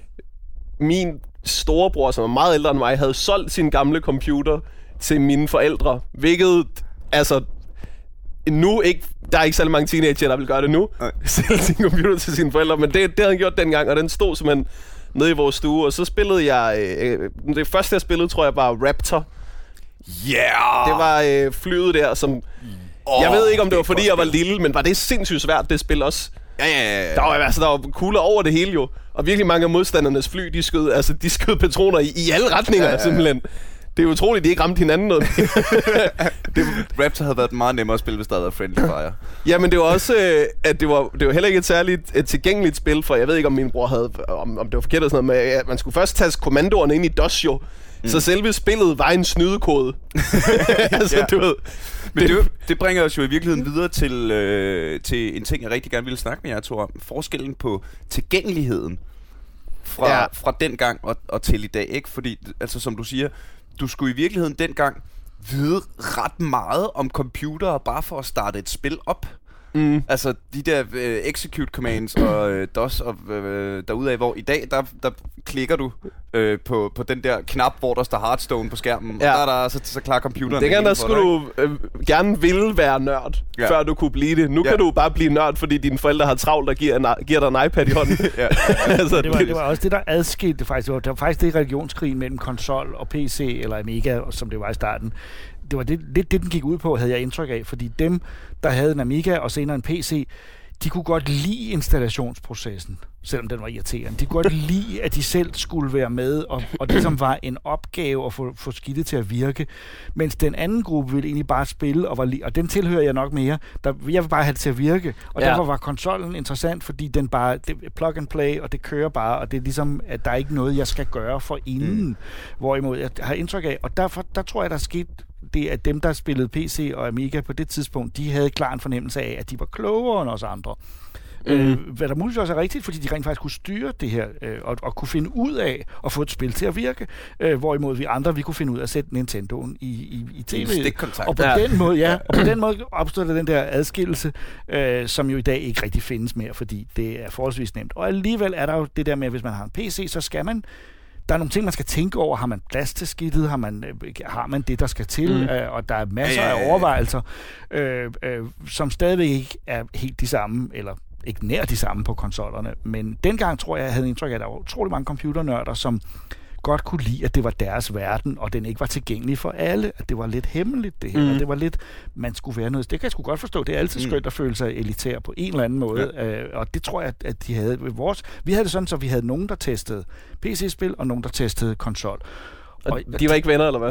Speaker 3: min storebror, som er meget ældre end mig, havde solgt sin gamle computer til mine forældre, hvilket, altså, nu ikke, der er ikke så mange teenager, der vil gøre det nu, sælge sin computer til sine forældre, men det havde han gjort dengang, og den stod simpelthen nede i vores stue, og så spillede jeg, det første jeg spillede, tror jeg, var Raptor.
Speaker 1: Yeah!
Speaker 3: Det var flyet der, som, jeg ved ikke, om det var fordi, jeg var lille, men var det sindssygt svært, det spil også?
Speaker 1: Ja.
Speaker 3: Der var kugler over det hele jo, og virkelig mange af modstandernes fly, de skød patroner i alle retninger, simpelthen. Det er utroligt, de ikke ramte hinanden noget.
Speaker 1: Raptor havde været meget nemmere at spille, hvis der havde været Friendly Fire.
Speaker 3: Ja, men det var også, at det var heller ikke et særligt tilgængeligt spil, for jeg ved ikke, om min bror havde, om det var forkert eller sådan noget, men at man skulle først tage kommandoerne ind i DOS jo. Så selve spillet var en snydekode. Altså, du ved.
Speaker 1: Men det bringer os jo i virkeligheden videre til en ting, jeg rigtig gerne ville snakke med jer to om. Forskellen på tilgængeligheden fra dengang og til i dag, ikke? Fordi, altså som du siger, du skulle i virkeligheden dengang vide ret meget om computere bare for at starte et spil op. Altså de der execute commands og DOS og derudaf, hvor i dag der klikker du på den der knap, hvor der står Hearthstone på skærmen, og der så klarer computeren.
Speaker 3: Dengang der skulle du gerne ville være nørd, før du kunne blive det. Nu kan du bare blive nørd, fordi dine forældre har travlt og giver dig en iPad i hånden.
Speaker 2: Altså, det var også det, der adskilte faktisk. Det var faktisk det religionskrigen mellem konsol og PC, eller Amiga, som det var i starten. Det var det, den gik ud på, havde jeg indtryk af, fordi dem, der havde en Amiga og senere en PC, de kunne godt lide installationsprocessen, selvom den var irriterende. De kunne godt lide, at de selv skulle være med, og det som var en opgave at få skidtet til at virke, mens den anden gruppe ville egentlig bare spille, og den tilhører jeg nok mere. Jeg vil bare have det til at virke, og derfor var konsollen interessant, fordi den bare, det plug and play, og det kører bare, og det er ligesom, at der er ikke noget, jeg skal gøre for inden, hvorimod jeg har indtryk af, og derfor der tror jeg, der er sket det, at dem, der spillede PC og Amiga på det tidspunkt, de havde klar en fornemmelse af, at de var klogere end os andre. Hvad der muligvis også er rigtigt, fordi de rent faktisk kunne styre det her, og kunne finde ud af at få et spil til at virke, hvorimod vi andre, vi kunne finde ud af at sætte Nintendoen i tv. Og på den måde opstod der den der adskillelse, som jo i dag ikke rigtig findes mere, fordi det er forholdsvis nemt. Og alligevel er der jo det der med, at hvis man har en PC, så skal man. Der er nogle ting, man skal tænke over. Har man plads til skidtet? Har man det, der skal til? Og der er masser af overvejelser, som stadigvæk ikke er helt de samme, eller ikke nær de samme på konsollerne. Men dengang tror jeg havde indtryk af, at der var utrolig mange computernørder, som godt kunne lide, at det var deres verden, og den ikke var tilgængelig for alle, at det var lidt hemmeligt det her, og det var lidt, man skulle være noget. Det kan jeg sgu godt forstå. Det er altid skønt at føle sig elitær på en eller anden måde, og det tror jeg, at de havde ved vores. Vi havde det sådan, så vi havde nogen, der testede PC-spil, og nogen, der testede konsol.
Speaker 3: Og de var ikke venner, eller hvad?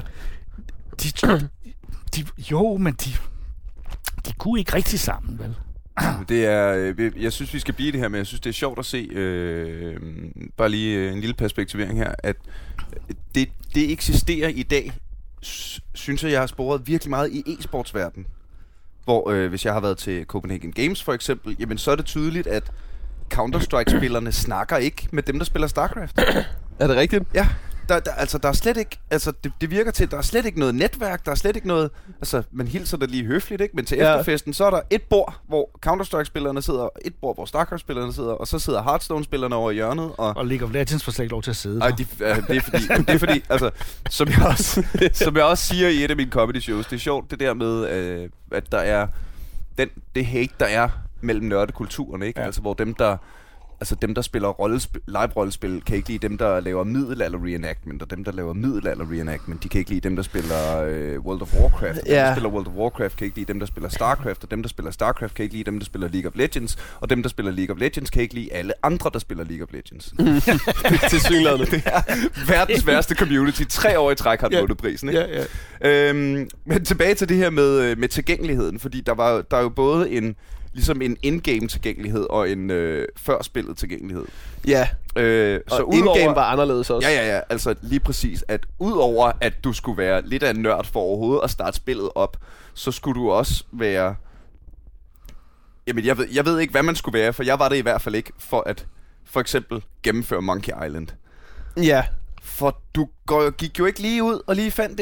Speaker 2: Men de kunne ikke rigtig sammen, vel?
Speaker 1: Det er, jeg synes, vi skal blive det her, men jeg synes, det er sjovt at se, bare lige en lille perspektivering her, at det eksisterer i dag, synes jeg har sporet virkelig meget i e-sportsverdenen. Hvor hvis jeg har været til Copenhagen Games for eksempel, jamen så er det tydeligt, at Counter-Strike-spillerne snakker ikke med dem, der spiller StarCraft.
Speaker 3: Er det rigtigt?
Speaker 1: Ja. Der er slet ikke, altså det virker til, der er slet ikke noget netværk, der er slet ikke noget, altså man hilser det lige høfligt, ikke? Men til efterfesten, så er der et bord, hvor Counter-Strike-spillerne sidder, et bord, hvor StarCraft-spillerne sidder, og så sidder Hearthstone-spillerne over i hjørnet. Og League of Legends får slet ikke lov til at sidde.
Speaker 2: Nej,
Speaker 1: det er fordi, altså, som jeg også siger i et af mine comedy shows, det er sjovt det der med, at der er det hate, der er mellem nørdekulturen, ikke? Ja. Altså hvor dem, der spiller live-rollespil, kan ikke lide dem, der laver middelalder-reenactment, og dem, der laver middelalder-reenactment, de kan ikke lide dem, der spiller World of Warcraft, og dem, der spiller World of Warcraft, kan ikke lide dem, der spiller StarCraft, og dem, der spiller StarCraft, kan ikke lide dem, der spiller League of Legends, og dem, der spiller League of Legends, kan ikke lide alle andre, der spiller League of Legends.
Speaker 3: Til synligheden.
Speaker 1: Det er verdens værste community. 3 år i træk har den vundet prisen, ikke? Men tilbage til det her med tilgængeligheden, fordi der er jo både ligesom en in-game tilgængelighed og en før spillet tilgængelighed.
Speaker 3: Ja,
Speaker 1: så
Speaker 3: og in-game var anderledes også.
Speaker 1: Ja, altså lige præcis, at udover at du skulle være lidt af en nørd for overhovedet at starte spillet op, så skulle du også være... Jamen, jeg ved ikke, hvad man skulle være, for jeg var det i hvert fald ikke, for at for eksempel gennemføre Monkey Island.
Speaker 3: Ja.
Speaker 1: For du gik jo ikke lige ud og lige fandt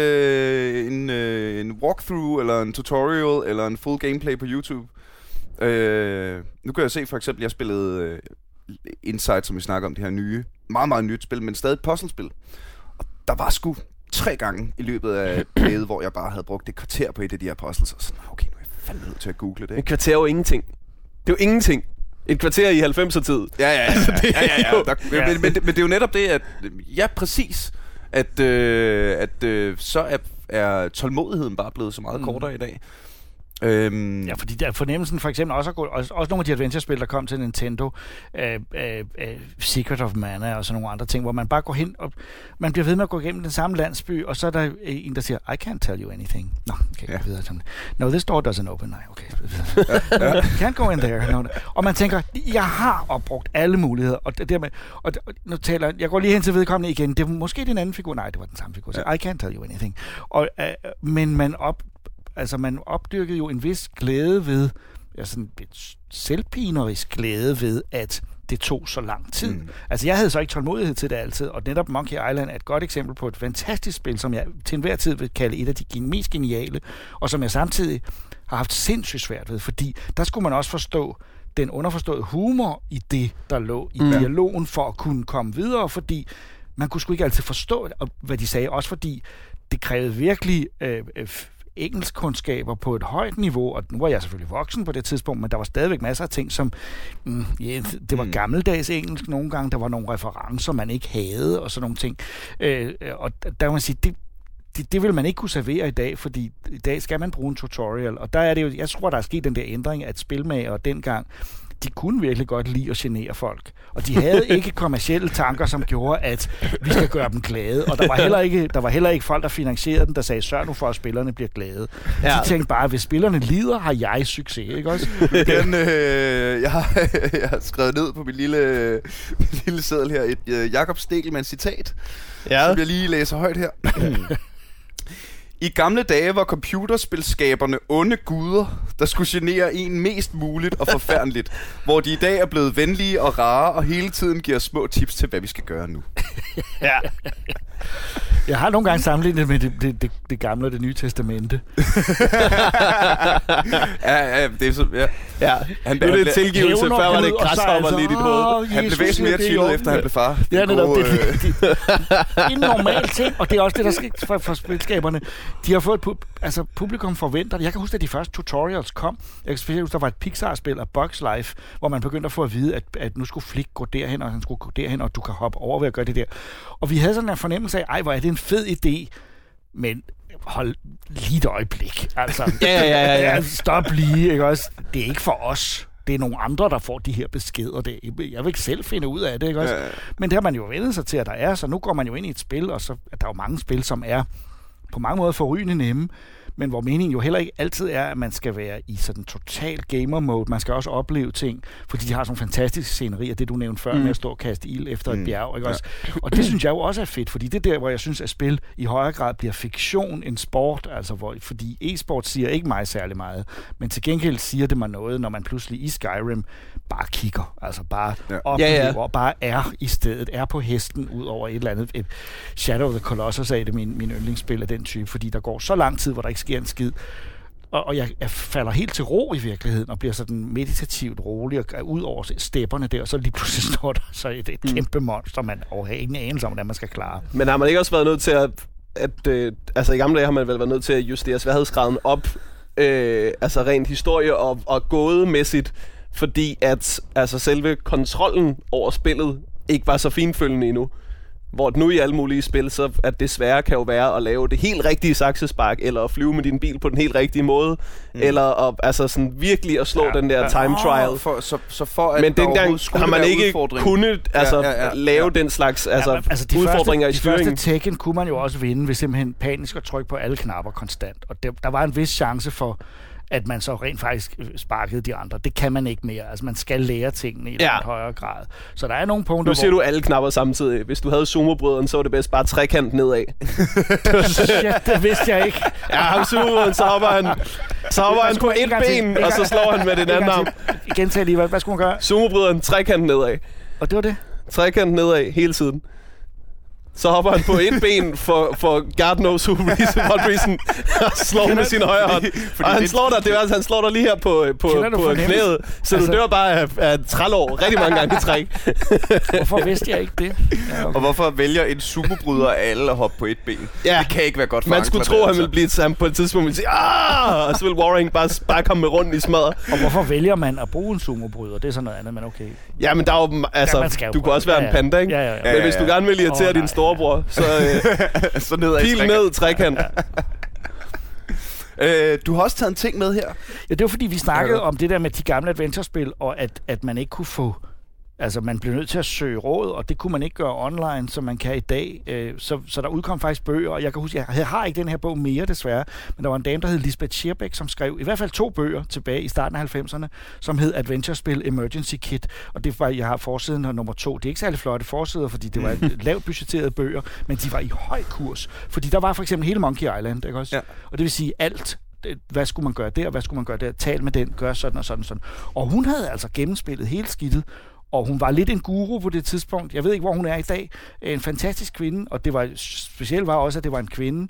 Speaker 1: en walkthrough, eller en tutorial, eller en full gameplay på YouTube. Nu kan jeg se for eksempel, jeg spillede Inside, som vi snakker om, det her nye, meget, meget nyt spil, men stadig et puzzlespil. Og der var sgu 3 gange i løbet af playet, hvor jeg bare havde brugt et kvarter på et af de her puzzles, og sådan, okay, nu er jeg fandme nødt til at google det.
Speaker 3: Et kvarter er jo ingenting. Det er jo ingenting. Et kvarter i 90'er-tid.
Speaker 1: Ja. Men det er jo netop det, at... Ja, præcis. At så er tålmodigheden bare blevet så meget kortere i dag.
Speaker 2: Ja, fordi der fornemmelsen for eksempel også nogle af de adventure-spil, der kom til Nintendo, Secret of Mana og sådan nogle andre ting, hvor man bare går hen, og man bliver ved med at gå igennem den samme landsby, og så er der en, der siger, I can't tell you anything. Nå, okay, videre. No, this door doesn't open. Nej, okay. Can't go in there. No. Og man tænker, jeg har opbrugt alle muligheder, og dermed, og nu taler jeg går lige hen til vedkommende igen, det er måske den anden figur. Nej, det var den samme figur. Så I can't tell you anything. Og, men man opdyrkede jo en vis glæde ved, sådan et selvpinerisk glæde ved, at det tog så lang tid. Altså, jeg havde så ikke tålmodighed til det altid, og netop Monkey Island er et godt eksempel på et fantastisk spil, som jeg til enhver tid vil kalde et af de mest geniale, og som jeg samtidig har haft sindssygt svært ved, fordi der skulle man også forstå den underforståede humor i det, der lå i dialogen, for at kunne komme videre, fordi man kunne sgu ikke altid forstå, hvad de sagde, også fordi det krævede virkelig engelskkundskaber på et højt niveau, og nu var jeg selvfølgelig voksen på det tidspunkt, men der var stadigvæk masser af ting, som det var gammeldags engelsk nogle gange, der var nogle referencer, man ikke havde, og sådan nogle ting. Og der må man sige, det vil man ikke kunne servere i dag, fordi i dag skal man bruge en tutorial, og der er det jo, jeg tror, der er sket den der ændring, at spilmagere dengang, de kunne virkelig godt lide at genere folk. Og de havde ikke kommercielle tanker, som gjorde, at vi skal gøre dem glade. Og der var heller ikke folk, der finansierede dem, der sagde, sørg nu for, at spillerne bliver glade. Ja. De tænkte bare, hvis spillerne lider, har jeg succes, ikke også?
Speaker 1: Jeg har skrevet ned på min lille seddel her et Jakob Stegelmann citat, som jeg lige læser højt her. I gamle dage var computerspilskaberne onde guder, der skulle genere en mest muligt og forfærdeligt, hvor de i dag er blevet venlige og rare og hele tiden giver små tips til, hvad vi skal gøre nu.
Speaker 2: Ja. Jeg har nogle gange sammenlignet med det gamle og det nye testamente.
Speaker 1: Ja, det er så... Ja.
Speaker 3: Nu er det tilgivelse, før var det græshopper lidt i dit hoved.
Speaker 1: Han blev væsentligt mere chillet, efter han blev far.
Speaker 2: Det er netop det. En normal ting, og det er også det, der sker for spilskaberne. De har fået publikum forventer det. Jeg kan huske, at de første tutorials kom. Jeg kan huske, der var et Pixar-spil af Bugs Life, hvor man begyndte at få at vide, at nu skulle Flick gå derhen, og han skulle gå derhen, og du kan hoppe over ved at gøre det der. Og vi havde sådan en fornemmelse af, hvor er det en fed idé, men hold lige et øjeblik. Altså,
Speaker 3: ja.
Speaker 2: Stop lige, ikke også? Det er ikke for os. Det er nogle andre, der får de her beskeder. Jeg vil ikke selv finde ud af det, ikke også? Ja. Men det har man jo vendt sig til, at der er, så nu går man jo ind i et spil, og så er der jo mange spil, som er på mange måder forrygende nemme, men hvor meningen jo heller ikke altid er, at man skal være i sådan total gamer-mode. Man skal også opleve ting, fordi de har sådan fantastiske scenerier, det du nævnte før, med at stå og kaste ild efter et bjerg, ikke også? Og det synes jeg jo også er fedt, fordi det er der, hvor jeg synes, at spil i højere grad bliver fiktion end sport, altså fordi e-sport siger ikke mig særlig meget, men til gengæld siger det mig noget, når man pludselig i Skyrim bare kigger, altså bare oplever, bare er i stedet, er på hesten ud over et eller andet. Shadow of the Colossus er det min yndlingsspil af den type, fordi der går så lang tid, hvor der ikke sker en skid. Og jeg falder helt til ro i virkeligheden, og bliver sådan meditativt rolig, og ud over stepperne der, og så lige pludselig står der så et kæmpe monster, man overhovedet ingen anelse om, hvordan man skal klare.
Speaker 3: Men har man ikke også været nødt til altså i gamle dage har man vel været nødt til at justere sværhedsgraden op, altså rent historie og gådemæssigt, fordi at altså selve kontrollen over spillet ikke var så finfølgende endnu. Hvor nu i alle mulige spil, så at det svære kan jo være at lave det helt rigtige saksespark, eller at flyve med din bil på den helt rigtige måde, eller at, altså sådan virkelig at slå den der time trial. Men dengang har man ikke kunnet lave den slags udfordringer i styringen.
Speaker 2: De første Tekken kunne man jo også vinde ved simpelthen panisk at trykke på alle knapper konstant. Og der var en vis chance for, at man så rent faktisk sparkede de andre. Det kan man ikke mere. Altså, man skal lære tingene i en højere grad. Så der er nogle punkter,
Speaker 3: nu siger du alle knapper samtidig. Hvis du havde sumobrødren, så var det bedst bare trekant nedad.
Speaker 2: Shit, det vidste jeg ikke.
Speaker 3: Ja, ham sumobrødren, så hopper han på et ben, og så slår han med den anden arm.
Speaker 2: Gentag lige, hvad skulle man gøre?
Speaker 3: Sumobrødren, trekant nedad.
Speaker 2: Og det var det?
Speaker 3: Trekant nedad hele tiden. Så hopper han på et ben for God knows who reason og slår med sin højre hånd. Og han slår dig, han slår dig lige her på knæet, så du dør bare af trælår rigtig mange gange i træk.
Speaker 2: Hvorfor vidste jeg ikke det?
Speaker 1: Ja, okay. Og hvorfor vælger en sumobryder af alle at hoppe på et ben?
Speaker 3: Ja.
Speaker 1: Det kan ikke være godt for
Speaker 3: man skulle tro, at han ville blive sammen på et tidspunkt, og sige, og så vil Warring bare komme med rundt i smadret.
Speaker 2: Og hvorfor vælger man at bruge en sumobryder? Det er sådan noget andet, men okay.
Speaker 3: Ja, men der er jo, altså, du kan også være en panda, ikke?
Speaker 2: Ja.
Speaker 3: Men hvis du gerne vil irritere din storebror, så
Speaker 1: ned
Speaker 3: pil ned, trekant.
Speaker 1: Du har også taget en ting med her.
Speaker 2: Ja, det var fordi, vi snakkede om det der med de gamle adventure-spil, og at man ikke kunne få... Altså, man blev nødt til at søge råd, og det kunne man ikke gøre online, som man kan i dag. Så der udkom faktisk bøger, og jeg kan huske, jeg har ikke den her bog mere, desværre, men der var en dame, der hed Lisbeth Schierbeck, som skrev i hvert fald 2 bøger tilbage i starten af 90'erne, som hed Adventure-spil Emergency Kit, og det var, jeg har forsiden og nummer 2. Det er ikke særlig flotte forsider, fordi det var lavt budgetterede bøger, men de var i høj kurs, fordi der var for eksempel hele Monkey Island, ikke også? Ja. Og det vil sige alt. Hvad skulle man gøre der? Hvad skulle man gøre der? Tal med den, gør sådan og sådan og sådan. Og hun havde altså gennemspillet hele skidtet, og hun var lidt en guru på det tidspunkt. Jeg ved ikke, hvor hun er i dag. En fantastisk kvinde, og det var specielt var også, at det var en kvinde,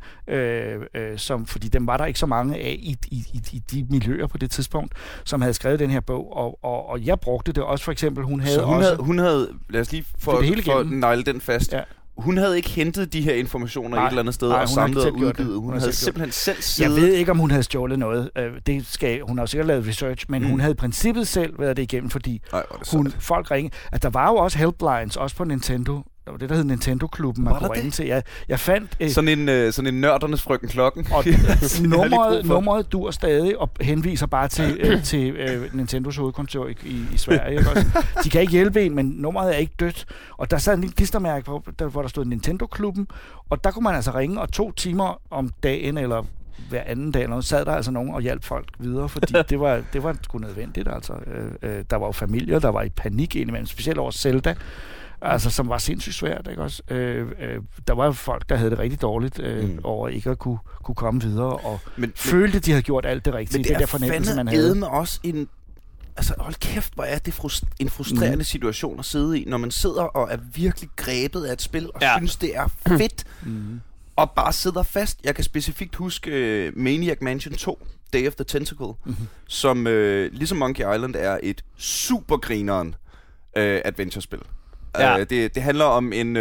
Speaker 2: fordi dem var der ikke så mange af i de miljøer på det tidspunkt, som havde skrevet den her bog, og jeg brugte det også for eksempel. Hun havde,
Speaker 1: lad os lige for at negle den fast. Ja. Hun havde ikke hentet de her informationer et eller andet sted og samlet og udgivet. Hun havde simpelthen selv siddet.
Speaker 2: Jeg ved ikke, om hun havde stjålet noget. Hun har jo sikkert lavet research, men hun havde i princippet selv været det igennem, fordi folk ringede. At der var jo også helplines, også på Nintendo. Det var det, der hed Nintendo-klubben, man kunne ringe til. Jeg fandt...
Speaker 1: Sådan en nørdernes frøken Klokken.
Speaker 2: Og nummeret dur stadig og henviser bare til Nintendos hovedkontor i Sverige. De kan ikke hjælpe en, men nummeret er ikke dødt. Og der sad en lille klistermærke på, hvor der stod Nintendo-klubben, og der kunne man altså ringe, og 2 timer om dagen, eller hver anden dag, eller sad der altså nogen og hjalp folk videre, fordi det var sgu nødvendigt. Altså. Der var jo familier, der var i panik indimellem, specielt over Zelda, altså, som var sindssygt svært, ikke også? Der var jo folk, der havde det rigtig dårligt over ikke at kunne komme videre, og følte, de havde gjort alt det rigtige.
Speaker 1: Men det er der fornemmelse, man havde. Med også en... Altså, hold kæft, hvor er det en frustrerende situation at sidde i, når man sidder og er virkelig grebet af et spil, og synes, det er fedt, og bare sidder fast. Jeg kan specifikt huske Maniac Mansion 2, Day of the Tentacle, som ligesom Monkey Island er et supergrineren adventure-spil. Ja. Det handler om en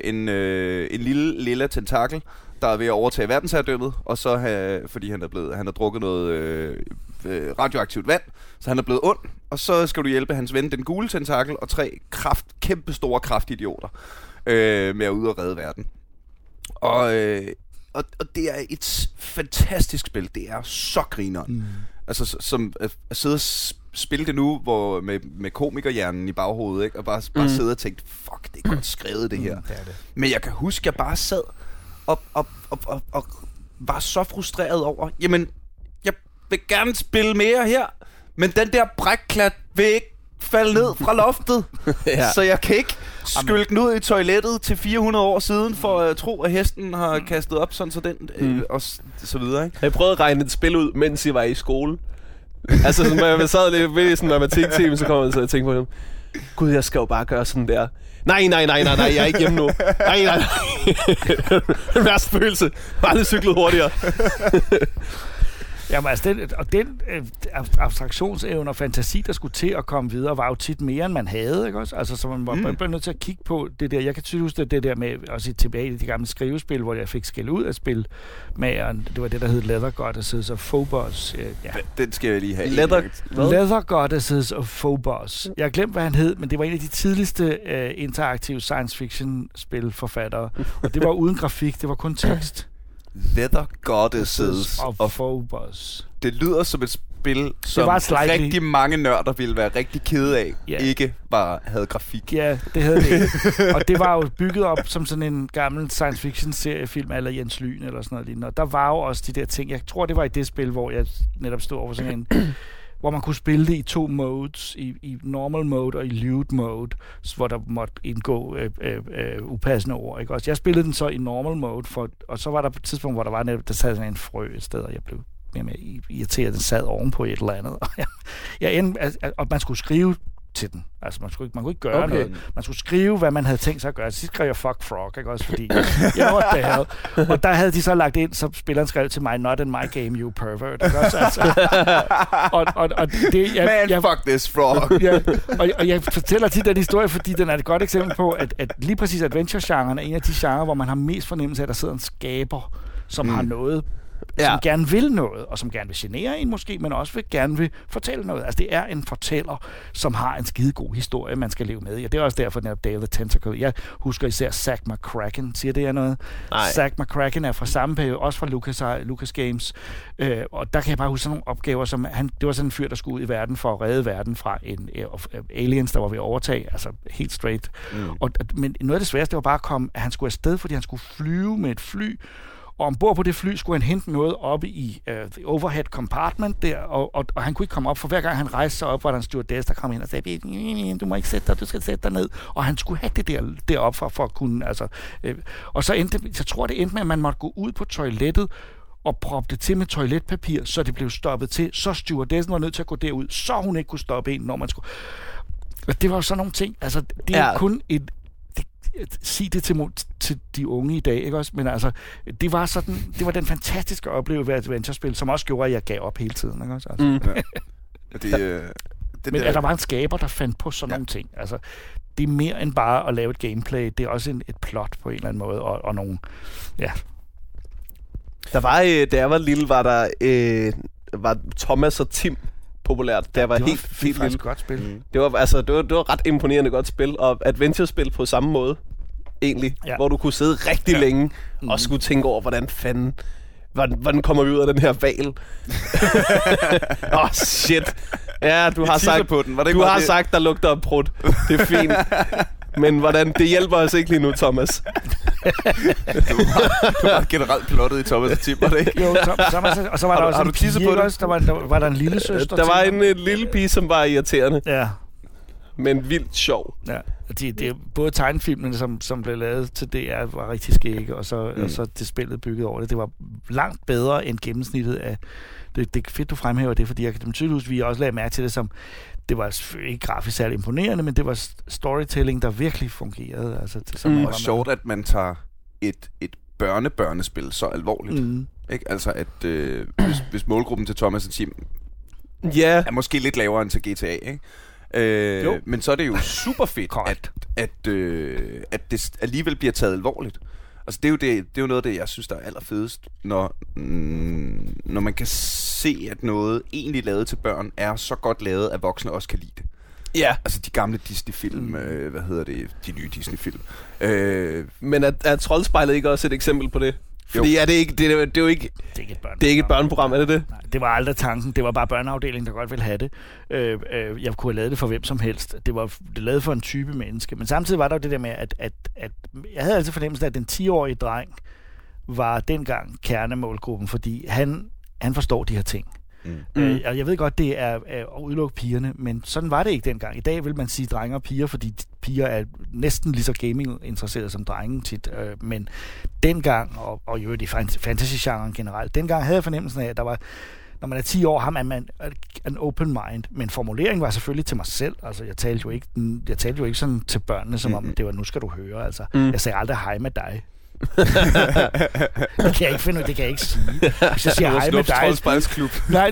Speaker 1: lille lilla tentakel, der er ved at overtage verdensherredømmet, og så fordi han har drukket noget radioaktivt vand, så han er blevet ond, og så skal du hjælpe hans ven, den gule tentakel, og 3 kæmpe store kraftidioter med at ud og redde verden. Og det er et fantastisk spil. Det er så grineren. Altså som at sidde og spille det nu, hvor med komikerhjernen i baghovedet, ikke? Og bare sidde og tænke, fuck, det er godt skrevet det her. Det er det. Men jeg kan huske, jeg bare sad og var så frustreret over, jamen, jeg vil gerne spille mere her, men den der brækklat vil ikke falde ned fra loftet. Så jeg kan ikke skylde den ud i toilettet til 400 år siden, for at tro, at hesten har kastet op, sådan så den, og så videre, ikke?
Speaker 3: Jeg prøvede at regne et spil ud, mens jeg var i skole. Altså, når jeg sad lidt ved sådan en matematik-team, så kom jeg til at tænke på dem. Gud, jeg skal jo bare gøre sådan der. Nej, jeg er ikke hjemme nu. Nej. Værste følelse. Bare lidt cyklet hurtigere.
Speaker 2: Jamen altså, den abstraktionsevne og fantasi, der skulle til at komme videre, var jo tit mere, end man havde, ikke også? Altså, så man var nødt til at kigge på det der. Jeg kan tydeligt huske det der med, også tilbage i de gamle skrivespil, hvor jeg fik skæld ud af spil med, det var det, der hed Leather Goddesses of Phobos.
Speaker 1: Den skal jeg lige have.
Speaker 2: Leather Goddesses of Phobos. Jeg har glemt, hvad han hed, men det var en af de tidligste interaktive science fiction spilforfattere. Og det var uden grafik, det var kun tekst.
Speaker 1: Leather Goddesses
Speaker 2: of Phobos.
Speaker 1: Det lyder som et spil, som rigtig mange nørder ville være rigtig kede af, ikke bare havde grafik.
Speaker 2: Ja, det havde det. Og det var jo bygget op som sådan en gammel science fiction seriefilm eller Jens Lyn eller sådan noget lignende. Og der var jo også de der ting. Jeg tror, det var i det spil, hvor jeg netop stod over sådan en... hvor man kunne spille det i 2 modes, i normal mode og i lewd mode, hvor der måtte indgå upassende ord. Ikke? Også jeg spillede den så i normal mode, og så var der på et tidspunkt, hvor der sad sådan en frø et sted, og jeg blev mere irriteret, den sad ovenpå et eller andet. Og man skulle skrive til den. Altså, man kunne ikke gøre noget. Man skulle skrive, hvad man havde tænkt sig at gøre. Så skrev jeg fuck frog, ikke også? Fordi, what the hell? Og der havde de så lagt ind, så spilleren skrev til mig, not in my game, you pervert. Ikke også? Altså,
Speaker 1: fuck this frog.
Speaker 2: Og jeg fortæller tit den historie, fordi den er et godt eksempel på, at lige præcis adventure-genren er en af de genrer, hvor man har mest fornemmelse af, at der sidder en skaber, som har noget, som gerne vil noget, og som gerne vil genere en måske, men også gerne vil fortælle noget. Altså, det er en fortæller, som har en skide god historie, man skal leve med i. Og det er også derfor, den er Day of the Tentacle. Jeg husker især Zack McCracken. Siger det her noget? Nej. Zack McCracken er fra samme periode, også fra Lucas Games. Og der kan jeg bare huske sådan nogle opgaver, som det var sådan en fyr, der skulle ud i verden for at redde verden fra en aliens, der var ved at overtage. Altså, helt straight. Men noget af det sværeste var bare at han skulle afsted, fordi han skulle flyve med et fly. Og ombord på det fly skulle han hente noget oppe i the overhead compartment der, og han kunne ikke komme op, for hver gang han rejste sig op, var der en stewardess, der kom ind og sagde, du må ikke sætte dig, du skal sætte dig ned. Og han skulle have det deroppe for at kunne, altså... og så endte jeg tror, det endte med, at man måtte gå ud på toilettet og proppe det til med toiletpapir, så det blev stoppet til, så stewardessen var nødt til at gå derud, så hun ikke kunne stoppe ind, når man skulle... Og det var jo sådan nogle ting, altså det er kun et... Sig det til de unge i dag, ikke også? Men altså, det var den fantastiske oplevelse ved adventure-spil, som også gjorde, at jeg gav op hele tiden, ikke også? Altså. Men at der var en skaber, der fandt på sådan nogle ting. Altså, det er mere end bare at lave et gameplay. Det er også et plot på en eller anden måde, og nogle... Ja.
Speaker 3: Der var, da jeg var lille, var Thomas og Tim populært. Det var helt
Speaker 2: lille. Godt spil.
Speaker 3: Det var ret imponerende godt spil, og adventure-spil på samme måde, egentlig, hvor du kunne sidde rigtig længe og skulle tænke over, hvordan kommer vi ud af den her val? Shit. Ja, du har sagt,
Speaker 1: på den.
Speaker 3: Sagt, der lugter af prut. Det er fint. Men det hjælper os ikke lige nu, Thomas.
Speaker 1: Du var generelt plottet i Thomas og Tim, var det ikke?
Speaker 2: Jo, Thomas, og så var der også en pige, på det? Var der en lille søster?
Speaker 3: Der var en lille pige, som var irriterende.
Speaker 2: Ja.
Speaker 3: Men vildt sjov.
Speaker 2: Ja, det både tegnefilmene, som blev lavet til DR, var rigtig skægge, og så det spillet bygget over det. Det var langt bedre end gennemsnittet af... Det er fedt, du fremhæver det, fordi jeg kan tydeligvis, vi også lagde mærke til det som... Det var ikke grafisk særlig imponerende, men det var storytelling, der virkelig fungerede. Altså,
Speaker 1: det var sjovt, at man tager et børnespil så alvorligt. Ikke? Altså, at hvis målgruppen til Thomas og Tim er måske lidt lavere end til GTA, ikke? Men så er det jo super fedt, at det alligevel bliver taget alvorligt. Altså, det er jo noget af det, jeg synes, der er allerfedest, når man kan se, at noget egentlig lavet til børn er så godt lavet, at voksne også kan lide det.
Speaker 3: Ja.
Speaker 1: Altså de gamle Disney-film, de nye Disney-film.
Speaker 3: Men er Troldspejlet ikke også et eksempel på det? Fordi det er jo ikke et børneprogram, er det det?
Speaker 2: Nej, det var aldrig tanken. Det var bare børneafdelingen, der godt ville have det. Jeg kunne have lavet det for hvem som helst. Det var lavet for en type menneske. Men samtidig var der jo det der med, at jeg havde altid fornemmelsen af, at den 10-årige dreng var dengang kernemålgruppen, fordi han forstår de her ting. Jeg ved godt, det er at udelukke pigerne, men sådan var det ikke dengang. I dag vil man sige drenge og piger, fordi piger er næsten lige så gaming-interesserede som drenge tit. Men dengang, og jo i fantasy-genren generelt, dengang havde jeg fornemmelsen af, at der var, når man er 10 år, har man en open mind, men formuleringen var selvfølgelig til mig selv. Altså, jeg talte jo ikke sådan til børnene, som om det var, nu skal du høre. Altså, jeg sagde aldrig hej med dig. Det kan jeg ikke finde ud, det kan jeg ikke sige. Hvis jeg siger hej med dig. Nej,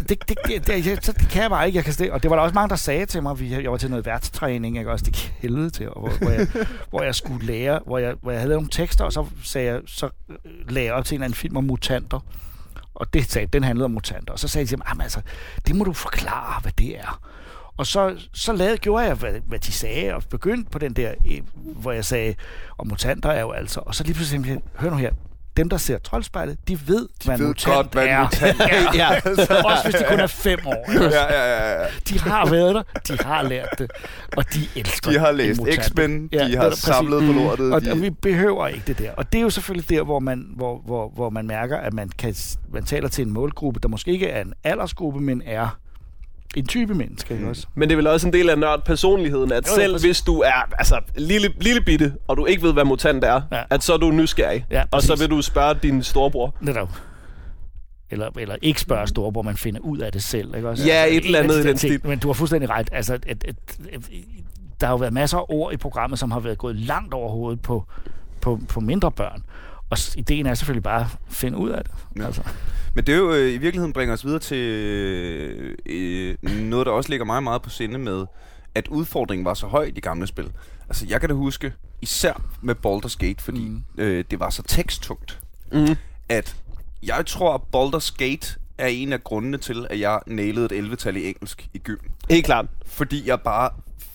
Speaker 2: det kan jeg bare ikke. Og det var der også mange, der sagde til mig, jeg var til noget værtstræning, jeg også det helvede til, hvor jeg skulle lære, hvor jeg havde lavet nogle tekster, og så lagde jeg op til en eller anden film om mutanter. Og den handlede om mutanter. Og så sagde de til mig, altså, det må du forklare, hvad det er. Og så gjorde jeg, hvad de sagde, og begyndte på den der, hvor jeg sagde, og mutanter er jo altså, og så lige pludselig, hør nu her, dem, der ser Troldspejlet, de ved, hvad en mutant
Speaker 1: godt, hvad
Speaker 2: er.
Speaker 1: mutant er.
Speaker 2: Ja. Også hvis de kun er 5 år.
Speaker 1: Ja.
Speaker 2: De har været der, de har lært det, og de elsker
Speaker 1: de har læst X-Men, de har samlet på lortet.
Speaker 2: Og vi behøver ikke det der. Og det er jo selvfølgelig der, hvor man mærker, at man taler til en målgruppe, der måske ikke er en aldersgruppe, men er en type menneske, ikke også?
Speaker 3: Men det er vel også en del af nørd-personligheden, at selv hvis du er lille bitte, og du ikke ved, hvad mutant er, at så er du nysgerrig. Ja, og så vil du spørge din storebror.
Speaker 2: Netop. Eller ikke spørge storebror, man finder ud af det selv, ikke også?
Speaker 3: Ja, et eller andet i den stil.
Speaker 2: Men du har fuldstændig ret. Altså, der har jo været masser af ord i programmet, som har været gået langt over hovedet på mindre børn. Og ideen er selvfølgelig bare at finde ud af det. Ja. Altså.
Speaker 1: Men det er jo i virkeligheden bringer os videre til noget, der også ligger meget, meget på sinde med, at udfordringen var så høj i de gamle spil. Altså, jeg kan da huske, især med Baldur's Gate, fordi det var så teksttungt, at jeg tror, at Baldur's Gate er en af grundene til, at jeg nailede et 11-tal i engelsk i gym.
Speaker 3: Helt klart.
Speaker 1: Fordi jeg bare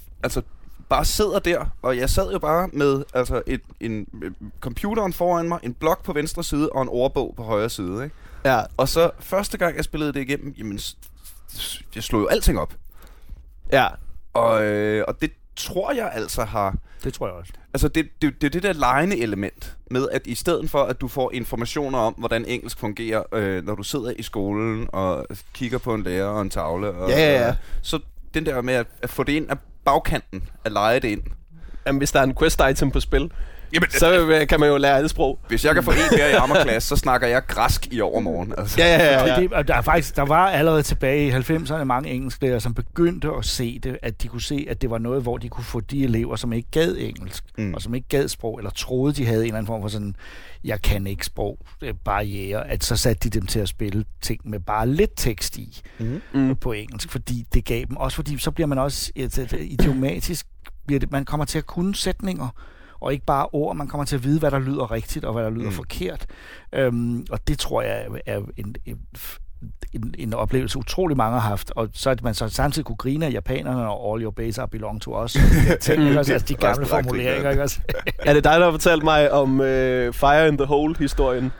Speaker 1: sidder der, og jeg sad jo bare med en computeren foran mig, en blok på venstre side og en ordbog på højre side, ikke?
Speaker 3: Ja.
Speaker 1: Og så første gang jeg spillede det igennem, jamen jeg slog jo alting op.
Speaker 3: Ja.
Speaker 1: Og det tror jeg altså har.
Speaker 2: Det tror jeg også.
Speaker 1: Altså det er det der legende element med, at i stedet for at du får informationer om hvordan engelsk fungerer, når du sidder i skolen og kigger på en lærer og en tavle, og så den der med at få det ind af bagkanten, at lege det ind.
Speaker 3: Jamen, hvis der er en quest item på spil, så kan man jo lære alle sprog.
Speaker 1: Hvis jeg kan få en mere i armorklasse, så snakker jeg græsk i overmorgen. Altså.
Speaker 2: Og der var allerede tilbage i 90'erne mange engelsklærere, som begyndte at se det, at de kunne se, at det var noget, hvor de kunne få de elever, som ikke gad engelsk, og som ikke gad sprog, eller troede, de havde en eller anden form for sådan, jeg kan ikke sprog, barriere, at så satte de dem til at spille ting med bare lidt tekst i på engelsk, fordi det gav dem, også fordi så bliver man også idiomatisk, man kommer til at kunne sætninger, og ikke bare ord, man kommer til at vide, hvad der lyder rigtigt, og hvad der lyder forkert. Og det tror jeg er en oplevelse, utrolig mange har haft, og så at man så samtidig kunne grine af japanerne, og all your base are belong to us. Altså de gamle formuleringer, ikke også?
Speaker 3: Er det dig, der har fortalt mig om Fire in the Hole-historien?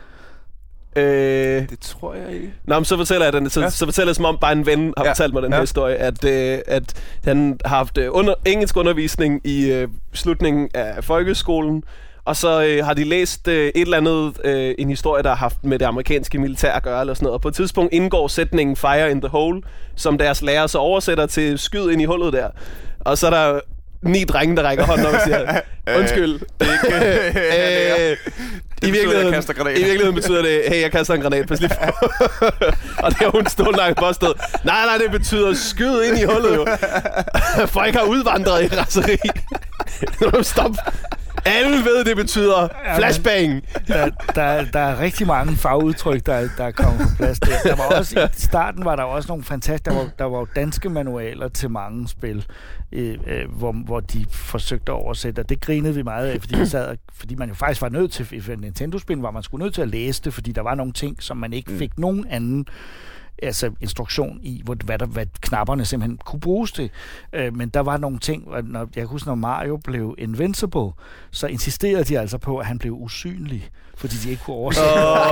Speaker 1: Det tror jeg ikke.
Speaker 3: Nå, men så fortæller jeg den. Så fortæller jeg, som om bare en ven har fortalt mig den her historie, at han har haft engelsk undervisning i slutningen af folkeskolen, og så har de læst et eller andet, en historie, der har haft med det amerikanske militær at gøre, eller sådan noget. Og på et tidspunkt indgår sætningen Fire in the Hole, som deres lærer så oversætter til skyd ind i hullet der. Og så er der 9 drenge, der rækker hånden op og siger, undskyld.
Speaker 1: Det er ikke...
Speaker 3: I virkeligheden betyder det, hey, jeg kaster en granat, pas lige på. Og det har hun stået langt påstået. Nej, det betyder skyd ind i hullet jo. Folk har udvandret i raseri. Stop. Alle ved, det betyder flashbang.
Speaker 2: Der er rigtig mange fagudtryk, der er kommet på plads der. Der var også, i starten var der også nogle fantastiske... Der var danske manualer til mange spil, hvor de forsøgte at oversætte, og det grinede vi meget af, fordi man jo faktisk var nødt til, i Nintendo-spil var man skulle nødt til at læse det, fordi der var nogle ting, som man ikke fik nogen anden instruktion i, hvad knapperne simpelthen kunne bruges til. Men der var nogle ting, jeg kan huske, når Mario blev invincible, så insisterede de altså på, at han blev usynlig, fordi de ikke kunne oversætte.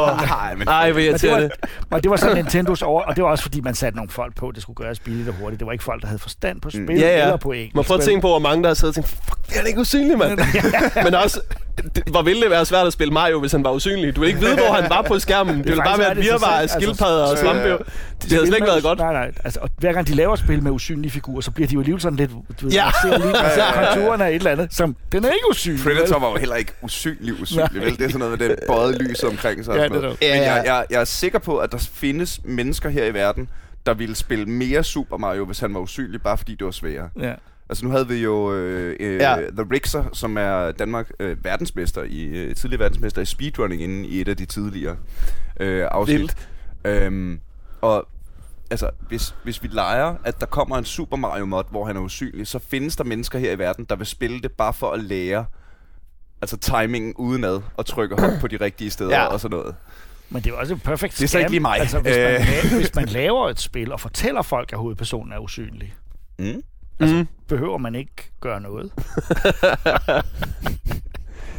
Speaker 2: Det var sådan Nintendos og det var også fordi, man satte nogle folk på, det skulle gøres billigt og hurtigt. Det var ikke folk, der havde forstand på spil eller på engelsk.
Speaker 3: Man får at tænke på, hvor mange der har siddet og tænkt, fuck, det er ikke usynlig, mand. Men også, hvor ville det være svært at spille Mario, hvis han var usynlig? Du ville ikke vide, hvor han var på skærmen. Det ville bare være et virvar af skildpadder og svampe. Det havde slet ikke været godt.
Speaker 2: Nej. Altså, og hver gang de laver spil med usynlige figurer, så bliver de jo alligevel sådan lidt... Man ser konturerne af et eller andet, som den er ikke usynlig.
Speaker 1: Predator var jo heller ikke usynlig, vel? Det er sådan noget med det bøjet lys omkring sig. Men jeg er sikker på, at der findes mennesker her i verden, der ville spille mere Super Mario, hvis han var usynlig, bare fordi det var sværere. Ja. Altså nu havde vi jo The Rixer, som er Danmark verdensmester tidligere verdensmester i speedrunning inden i et af de tidligere afsnit. Og altså, hvis vi leger, at der kommer en Super Mario mod, hvor han er usynlig, så findes der mennesker her i verden, der vil spille det bare for at lære altså timingen udenad og trykke hop på de rigtige steder og sådan noget.
Speaker 2: Men det er også et perfekt scam.
Speaker 1: Det er så ikke lige mig.
Speaker 2: Altså, hvis man laver et spil og fortæller folk, at hovedpersonen er usynlig, behøver man ikke gøre noget.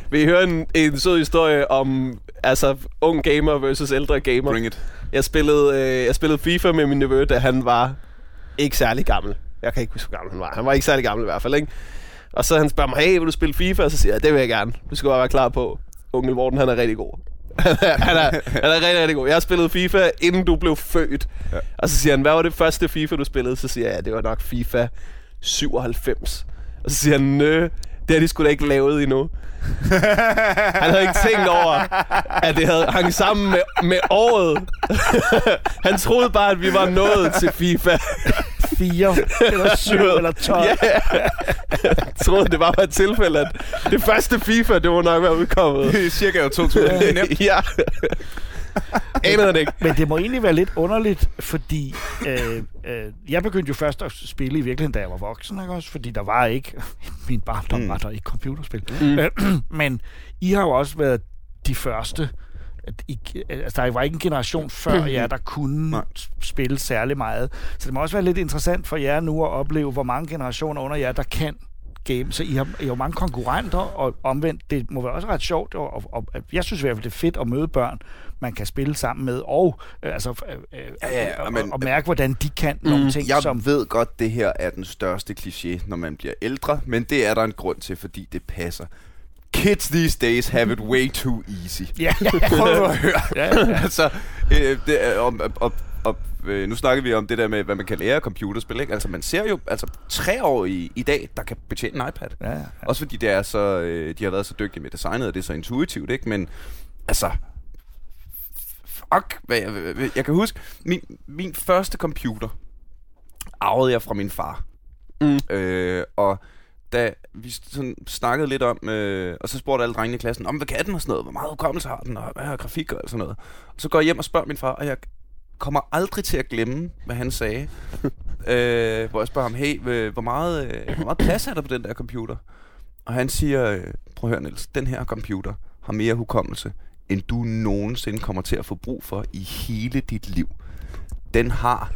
Speaker 3: Vi hører en sød historie om ung gamer versus ældre gamer.
Speaker 1: Bring it.
Speaker 3: Jeg spillede FIFA med min nevø, da han var ikke særlig gammel. Jeg kan ikke huske, hvor gammel han var. Han var ikke særlig gammel i hvert fald, ikke? Og så han spørger mig, hey, vil du spille FIFA? Og så siger jeg, det vil jeg gerne. Du skal bare være klar på. Onkel Morten, han er rigtig god. han er rigtig, rigtig god. Jeg har spillet FIFA, inden du blev født. Ja. Og så siger han, hvad var det første FIFA, du spillede? Så siger jeg, ja, det var nok FIFA 97. Og så siger han, det har de sgu da ikke lavet endnu. Han havde ikke tænkt over, at det havde hang sammen med året. Han troede bare, at vi var nået til FIFA
Speaker 2: 4 eller 7 eller 12.
Speaker 3: Yeah. Jeg troede, det var et tilfælde, at det første FIFA, det var nok være udkommet.
Speaker 1: Det er cirka 2000.
Speaker 3: Ja. Aner det ikke.
Speaker 2: Men det må egentlig være lidt underligt, fordi jeg begyndte jo først at spille i virkeligheden, da jeg var voksen, ikke også? Fordi der var ikke, min barndom var der ikke computerspil. Men I har jo også været de første. Der var ikke en generation før jer, der kunne spille særlig meget. Så det må også være lidt interessant for jer nu at opleve, hvor mange generationer under jer, der kan game. Så I har jo mange konkurrenter, og omvendt, det må være også ret sjovt, og jeg synes i hvert fald, det er fedt at møde børn, man kan spille sammen med, og og mærke, hvordan de kan nogle ting.
Speaker 1: Jeg ved godt, det her er den største kliché, når man bliver ældre, men det er der en grund til, fordi det passer. Kids these days have it way too easy. Prøv at høre. Altså, nu snakker vi om det der med, hvad man kan lære af computerspil, ikke? Altså, man ser jo 3-årige i dag, der kan betjene en iPad. Ja. Også fordi det er så, de har været så dygtige med designet, og det er så intuitivt, ikke? Men altså, jeg kan huske, min første computer arvede jeg fra min far. Og da vi sådan snakkede lidt om, og så spurgte alle drengene i klassen, hvad kan den og sådan noget, hvor meget hukommelse har den, og hvad har grafik og sådan noget. Og så går jeg hjem og spørger min far, og jeg kommer aldrig til at glemme, hvad han sagde. Hvor jeg spørger ham, hey, hvor meget plads er der på den der computer? Og han siger, prøv at høre Niels, den her computer har mere hukommelse, end du nogensinde kommer til at få brug for i hele dit liv. Den har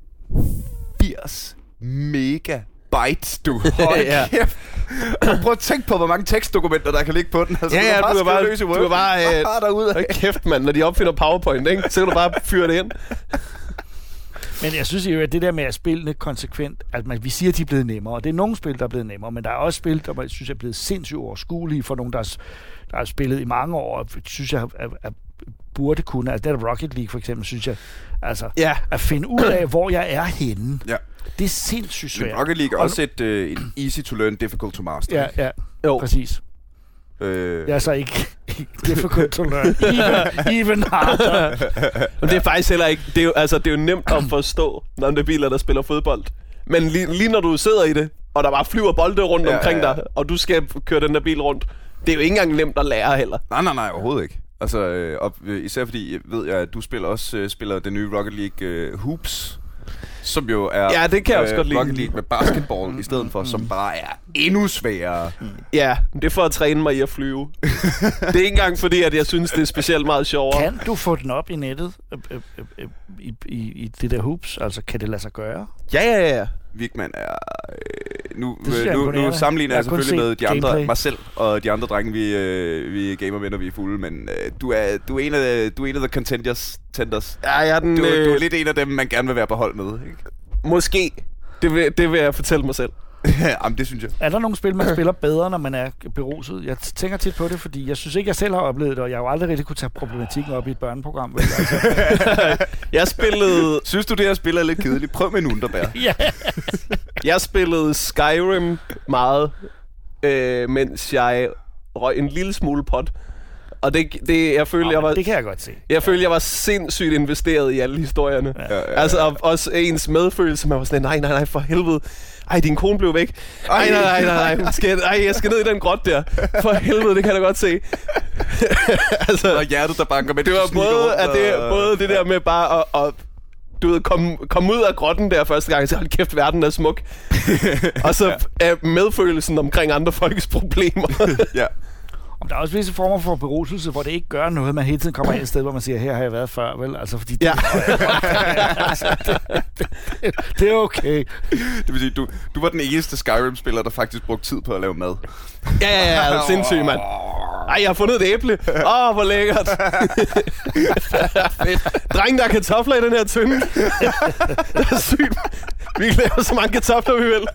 Speaker 1: 80 megabytes, du. Hold kæft. Prøv at tænke på, hvor mange tekstdokumenter, der kan ligge på den. Altså,
Speaker 3: du kan bare derude. Kæft, mand, når de opfinder PowerPoint, ikke? Så kan du bare fyre det ind.
Speaker 2: Men jeg synes jo, at det der med at spille konsekvent, at vi siger, at de er blevet nemmere, og det er nogle spil, der er blevet nemmere, men der er også spil, der jeg synes er blevet sindssygt overskuelige for nogen, der har spillet i mange år, synes jeg burde kunne. Altså det der Rocket League for eksempel, synes jeg, at finde ud af, hvor jeg er henne. Ja. Det er sindssygt svært.
Speaker 1: Rocket League er også et easy to learn, difficult to master.
Speaker 2: Ja, jo. Præcis. Jeg er så ikke difficult to learn. Even harder.
Speaker 3: Men det er faktisk heller ikke. Det er jo nemt at forstå, når det er biler, der spiller fodbold. Men lige når du sidder i det, og der bare flyver bolde rundt omkring dig, og du skal køre den der bil rundt, det er jo ikke engang nemt at lære heller.
Speaker 1: Nej, overhovedet ikke. Altså, især fordi jeg ved, at du spiller den nye Rocket League Hoops, som jo er
Speaker 3: det kan jeg også godt lide.
Speaker 1: Rocket League med basketball i stedet for, som bare er endnu sværere.
Speaker 3: Ja, det er for at træne mig i at flyve. Det er ikke engang fordi, at jeg synes, det er specielt meget sjovere.
Speaker 2: Kan du få den op i nettet i det der hoops? Altså, kan det lade sig gøre?
Speaker 3: Ja.
Speaker 1: Vigman er... Nu sammenligner jeg selvfølgelig med de andre, mig selv og de andre drenge, vi gamer med, når vi er fulde, men du er en af the contenders.
Speaker 3: Ja, jeg er den...
Speaker 1: Du er lidt en af dem, man gerne vil være på hold med, ikke?
Speaker 3: Måske. Det vil jeg fortælle mig selv.
Speaker 1: Jamen, det synes jeg.
Speaker 2: Er der nogle spil, man spiller bedre, når man er beruset? Jeg tænker tit på det, fordi jeg synes ikke, jeg selv har oplevet det, og jeg har jo aldrig rigtig kunne tage problematikken op i et børneprogram.
Speaker 3: Jeg spillede...
Speaker 1: Synes du, det her spil er lidt kedeligt? Prøv med en underbær.
Speaker 2: Ja.
Speaker 3: Jeg spillede Skyrim meget, mens jeg røg en lille smule pot. Og jeg følte,
Speaker 2: det kan jeg godt se.
Speaker 3: Jeg følte, jeg var sindssygt investeret i alle historierne. Ja. Altså, også ens medfølelse, man var sådan, nej, for helvede. Ej, din kone blev væk. Nej. Jeg skal ned i den grot der. For helvede, det kan jeg da godt se.
Speaker 1: Altså, og hjertet, der banker med.
Speaker 3: Det var både det der med bare at du ved, kom ud af grotten der første gang, og så hold kæft, verden er smuk. Og så medfølelsen omkring andre folks problemer.
Speaker 1: Ja.
Speaker 2: Og der er også visse former for beruselse, hvor det ikke gør noget, man hele tiden kommer ind et sted, hvor man siger, her har jeg været før, vel? Altså, fordi det er okay.
Speaker 1: Det vil sige, du var den eneste Skyrim-spiller, der faktisk brugte tid på at lave mad.
Speaker 3: Ja, sindssygt, mand. Ej, jeg har fundet et æble. Hvor lækkert. Dreng, der er kartofler i den her tynde. Det er sygt. Vi kan lave så mange kartofler, vi vil.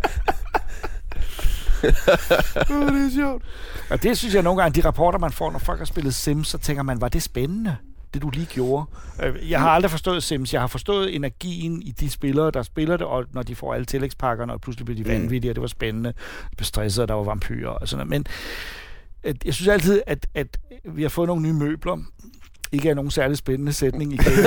Speaker 1: Det er sjovt.
Speaker 2: Og det synes jeg nogle gange, de rapporter, man får, når folk har spillet Sims, så tænker man, var det spændende, det du lige gjorde? Jeg har aldrig forstået Sims. Jeg har forstået energien i de spillere, der spiller det, og når de får alle tillægspakkerne, og pludselig bliver de vanvittige, og det var spændende. De blev stresset, og der var vampyrer og sådan noget. Men jeg synes altid, at vi har fået nogle nye møbler. Ikke er nogen særlig spændende sætning i gamet.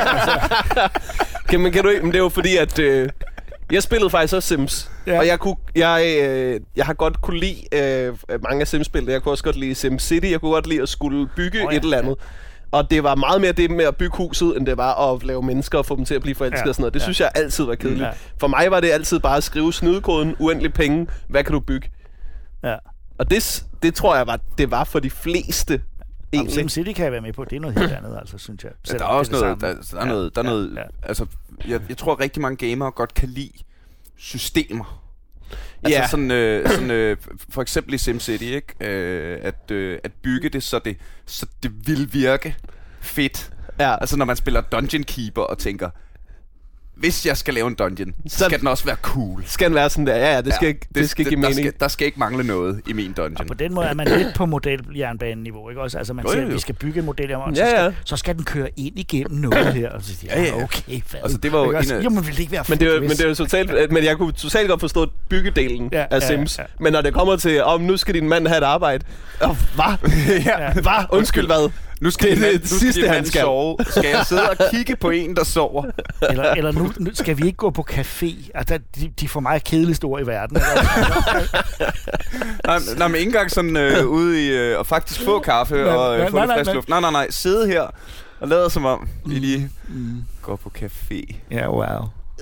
Speaker 3: Men det er jo fordi, at... Jeg spillede faktisk også Sims, og jeg har godt kunne lide mange af Sims-spil. Jeg kunne også godt lide SimCity, jeg kunne godt lide at skulle bygge et eller andet. Og det var meget mere det med at bygge huset, end det var at lave mennesker og få dem til at blive forelsket og sådan noget. Det synes jeg altid var kedeligt. Ja. For mig var det altid bare at skrive snydekoden, uendelig penge, hvad kan du bygge? Ja. Og det tror jeg det var for de fleste.
Speaker 2: SimCity kan jeg være med på. Det er noget helt andet, altså, synes jeg.
Speaker 1: Ja, der er også noget... Altså, jeg tror, at rigtig mange gamere godt kan lide systemer. Altså sådan, for eksempel i SimCity, ikke? At bygge det, så det vil virke fedt. Ja. Altså, når man spiller Dungeon Keeper og tænker... Hvis jeg skal lave en dungeon, så skal den også være cool.
Speaker 3: Skal den være sådan der? Ja, det skal give mening.
Speaker 1: Der skal ikke mangle noget i min dungeon.
Speaker 2: Og på den måde er man lidt på modeljernbaneniveau, ikke også? Altså man siger, at vi skal bygge en model, så skal den køre ind igennem noget her. Og så siger okay, fad.
Speaker 1: Altså det var jo
Speaker 2: men vil det ikke være
Speaker 3: men det er jo totalt, men jeg kunne totalt godt forstå byggedelen af Sims. Men når det kommer til, nu skal din mand have et arbejde. Hvad? Undskyld, hvad?
Speaker 1: Nu skal det sidste, han skal sove. Skal jeg sidde og kigge på en, der sover?
Speaker 2: Eller nu skal vi ikke gå på café? Altså, de får meget kedeligste ord i verden.
Speaker 1: nej, men ikke engang sådan ude i og faktisk få kaffe og få lidt frisk luft. Nej. Sidde her og lade som om vi lige går på café.
Speaker 2: Ja, wow.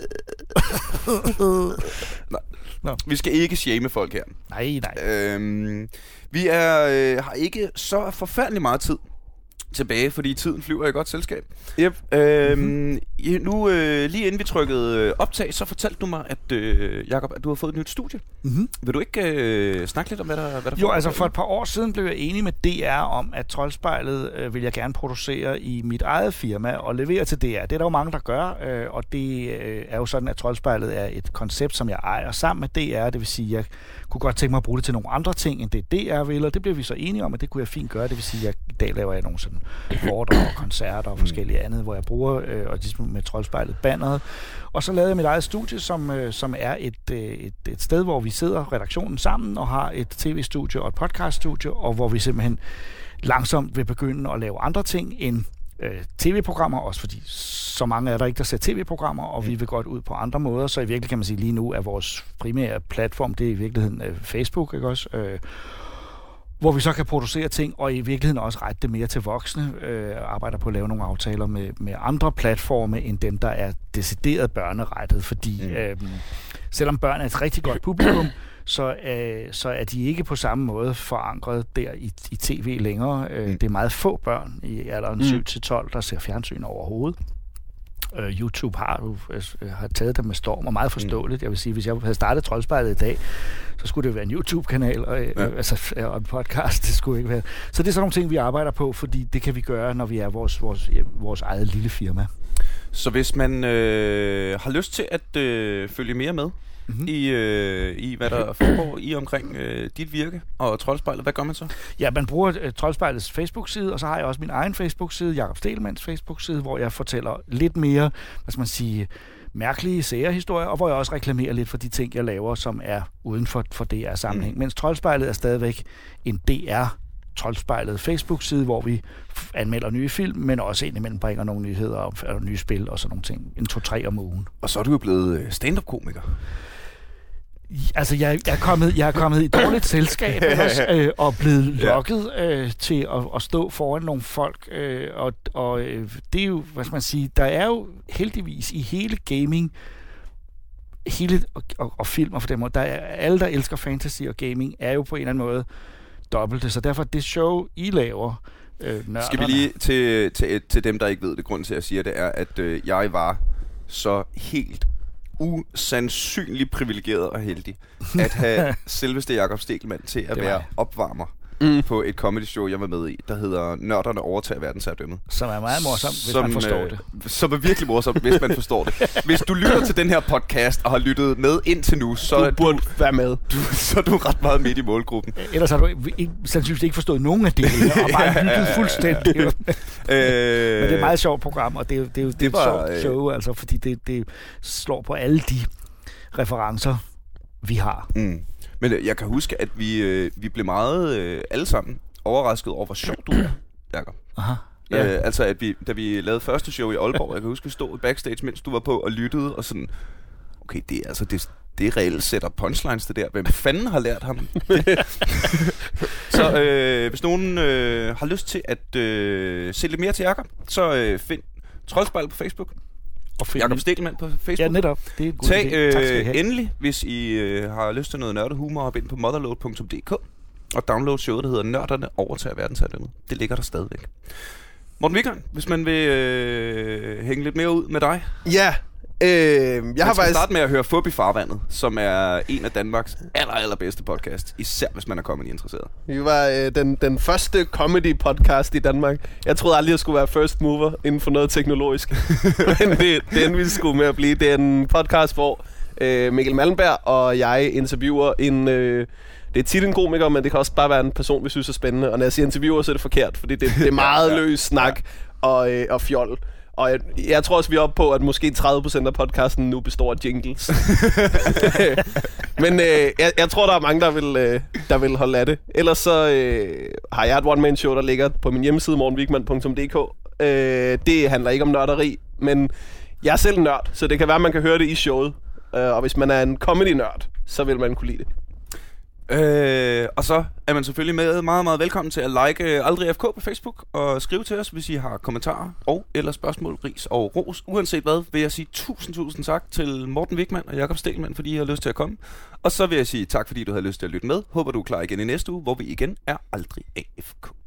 Speaker 1: Vi skal ikke shame folk her.
Speaker 2: Nej.
Speaker 1: Vi har ikke så forfærdelig meget tid tilbage, fordi tiden flyver i godt selskab.
Speaker 3: Yep.
Speaker 1: Nu, lige inden vi trykkede optag, så fortalte du mig, at Jacob, at du har fået et nyt studie. Mm-hmm. Vil du ikke snakke lidt om, hvad der
Speaker 2: Jo, altså for et par år siden blev jeg enig med DR om, at Troldspejlet vil jeg gerne producere i mit eget firma og levere til DR. Det er der jo mange, der gør, og det er jo sådan, at Troldspejlet er et koncept, som jeg ejer sammen med DR. Det vil sige, at jeg kunne godt tænke mig at bruge det til nogle andre ting, end det DR vil, og det blev vi så enige om, at det kunne jeg fint gøre. Det vil sige, at i dag laver jeg nogle sådan foredrag og koncerter og forskellige andet, hvor jeg bruger og ligesom med Troldspejlet banneret. Og så lavede jeg mit eget studie, som er et sted, hvor vi sidder redaktionen sammen og har et tv-studie og et podcaststudie, og hvor vi simpelthen langsomt vil begynde at lave andre ting end tv-programmer, også fordi så mange er der ikke, der ser tv-programmer, og vi vil godt ud på andre måder, så i virkeligheden kan man sige, lige nu er vores primære platform, det er i virkeligheden Facebook, ikke også? Hvor vi så kan producere ting, og i virkeligheden også rette det mere til voksne. Arbejder på at lave nogle aftaler med andre platforme, end dem, der er decideret børnerettet, fordi selvom børn er et rigtig godt publikum, så er de ikke på samme måde forankret der i tv længere. Det er meget få børn i alderen 7-12, der ser fjernsyn overhovedet. YouTube har taget dem med storm, og meget forståeligt. Jeg vil sige, hvis jeg havde startet Troldspejlet i dag, så skulle det være en YouTube-kanal og en podcast. Det skulle ikke være. Så det er sådan nogle ting, vi arbejder på, fordi det kan vi gøre, når vi er vores eget lille firma.
Speaker 1: Så hvis man har lyst til at følge mere med i hvad der foregår i omkring dit virke og Troldspejlet, hvad gør man så?
Speaker 2: Ja, man bruger Troldspejlets Facebook-side, og så har jeg også min egen Facebook-side, Jacob Stegelmanns Facebook-side, hvor jeg fortæller lidt mere, hvad skal man sige, mærkelige særehistorier, og hvor jeg også reklamerer lidt for de ting, jeg laver, som er uden for DR-sammenhæng. Mens Troldspejlet er stadigvæk en DR Troldspejlet Facebook-side, hvor vi anmelder nye film, men også indimellem bringer nogle nyheder og nye spil og sådan nogle ting. 2-3 om ugen.
Speaker 1: Og så er du jo blevet stand-up-komiker.
Speaker 2: Altså, jeg er kommet i dårligt selskab også, og blevet lokket til at stå foran nogle folk. Og det er jo, hvad skal man sige, der er jo heldigvis i hele gaming, og film og for den måde, der er alle, der elsker fantasy og gaming, er jo på en eller anden måde dobbelte. Så derfor det show, I laver, nørderne.
Speaker 1: Skal vi lige til dem, der ikke ved det, grund til at jeg siger det, er, at jeg var så helt usandsynligt privilegeret og heldig at have selveste Jacob Stegelmann til at være opvarmer på et comedy show, jeg var med i, der hedder Nørderne overtager verdensherredømmet.
Speaker 2: Som er meget morsomt, hvis man forstår det.
Speaker 1: Som er virkelig morsomt, hvis man forstår det. Hvis du lytter til den her podcast og har lyttet med indtil nu, så
Speaker 3: burde være med.
Speaker 1: Så er du ret meget midt i målgruppen.
Speaker 2: Ellers har du sandsynligvis ikke forstået nogen af det, og bare lyttet fuldstændig. Men det er et meget sjovt program, og det er et sjovt show, altså, fordi det slår på alle de referencer, vi har.
Speaker 1: Men jeg kan huske, at vi blev meget alle sammen overrasket over, hvor sjov du er, Jacob.
Speaker 2: Aha. Ja.
Speaker 1: Altså, at da vi lavede første show i Aalborg, jeg kan huske, at vi stod backstage, mens du var på og lyttede, og sådan, okay, det er reelt setup punchlines, det der. Hvem fanden har lært ham? Så hvis nogen har lyst til at se lidt mere til Jacob, så find Troldspejl på Facebook. Og Jacob Stegelmann på Facebook.
Speaker 2: Ja, netop. Det er en god
Speaker 1: idé. Endelig, hvis I har lyst til noget nørdehumor, hop ind på motherload.dk og download showet, der hedder Nørderne overtager verdensherredømmet. Det ligger der stadigvæk. Morten Wigman, hvis man vil hænge lidt mere ud med dig.
Speaker 3: Ja.
Speaker 1: Jeg har faktisk starte med at høre Fup i farvandet, som er en af Danmarks allerbedste podcast, især hvis man er comedy-interesseret.
Speaker 3: Vi var den første comedy-podcast i Danmark. Jeg troede aldrig, jeg skulle være first mover inden for noget teknologisk. Men det endte vi skulle med at blive. Det er en podcast, hvor Mikkel Malmberg og jeg interviewer det er tit en komiker, men det kan også bare være en person, vi synes er spændende. Og når jeg siger interviewer, så er det forkert, fordi det er meget løs snak og fjol. Og jeg tror også, vi er oppe på, at måske 30% af podcasten nu består af jingles. Men jeg tror, der er mange, der vil holde af det. Ellers så har jeg et one-man-show, der ligger på min hjemmeside, mortenwigman.dk. Det handler ikke om nørderi, men jeg er selv nørd, så det kan være, at man kan høre det i showet. Og hvis man er en comedy-nørd, så vil man kunne lide det.
Speaker 1: Og så er man selvfølgelig meget, meget velkommen til at like Aldrig FK på Facebook og skrive til os, hvis I har kommentarer og eller spørgsmål, ris og ros. Uanset hvad, vil jeg sige tusind tak til Morten Wigman og Jacob Stegelmann, fordi I har lyst til at komme. Og så vil jeg sige tak, fordi du havde lyst til at lytte med. Håber du er klar igen i næste uge, hvor vi igen er Aldrig AFK.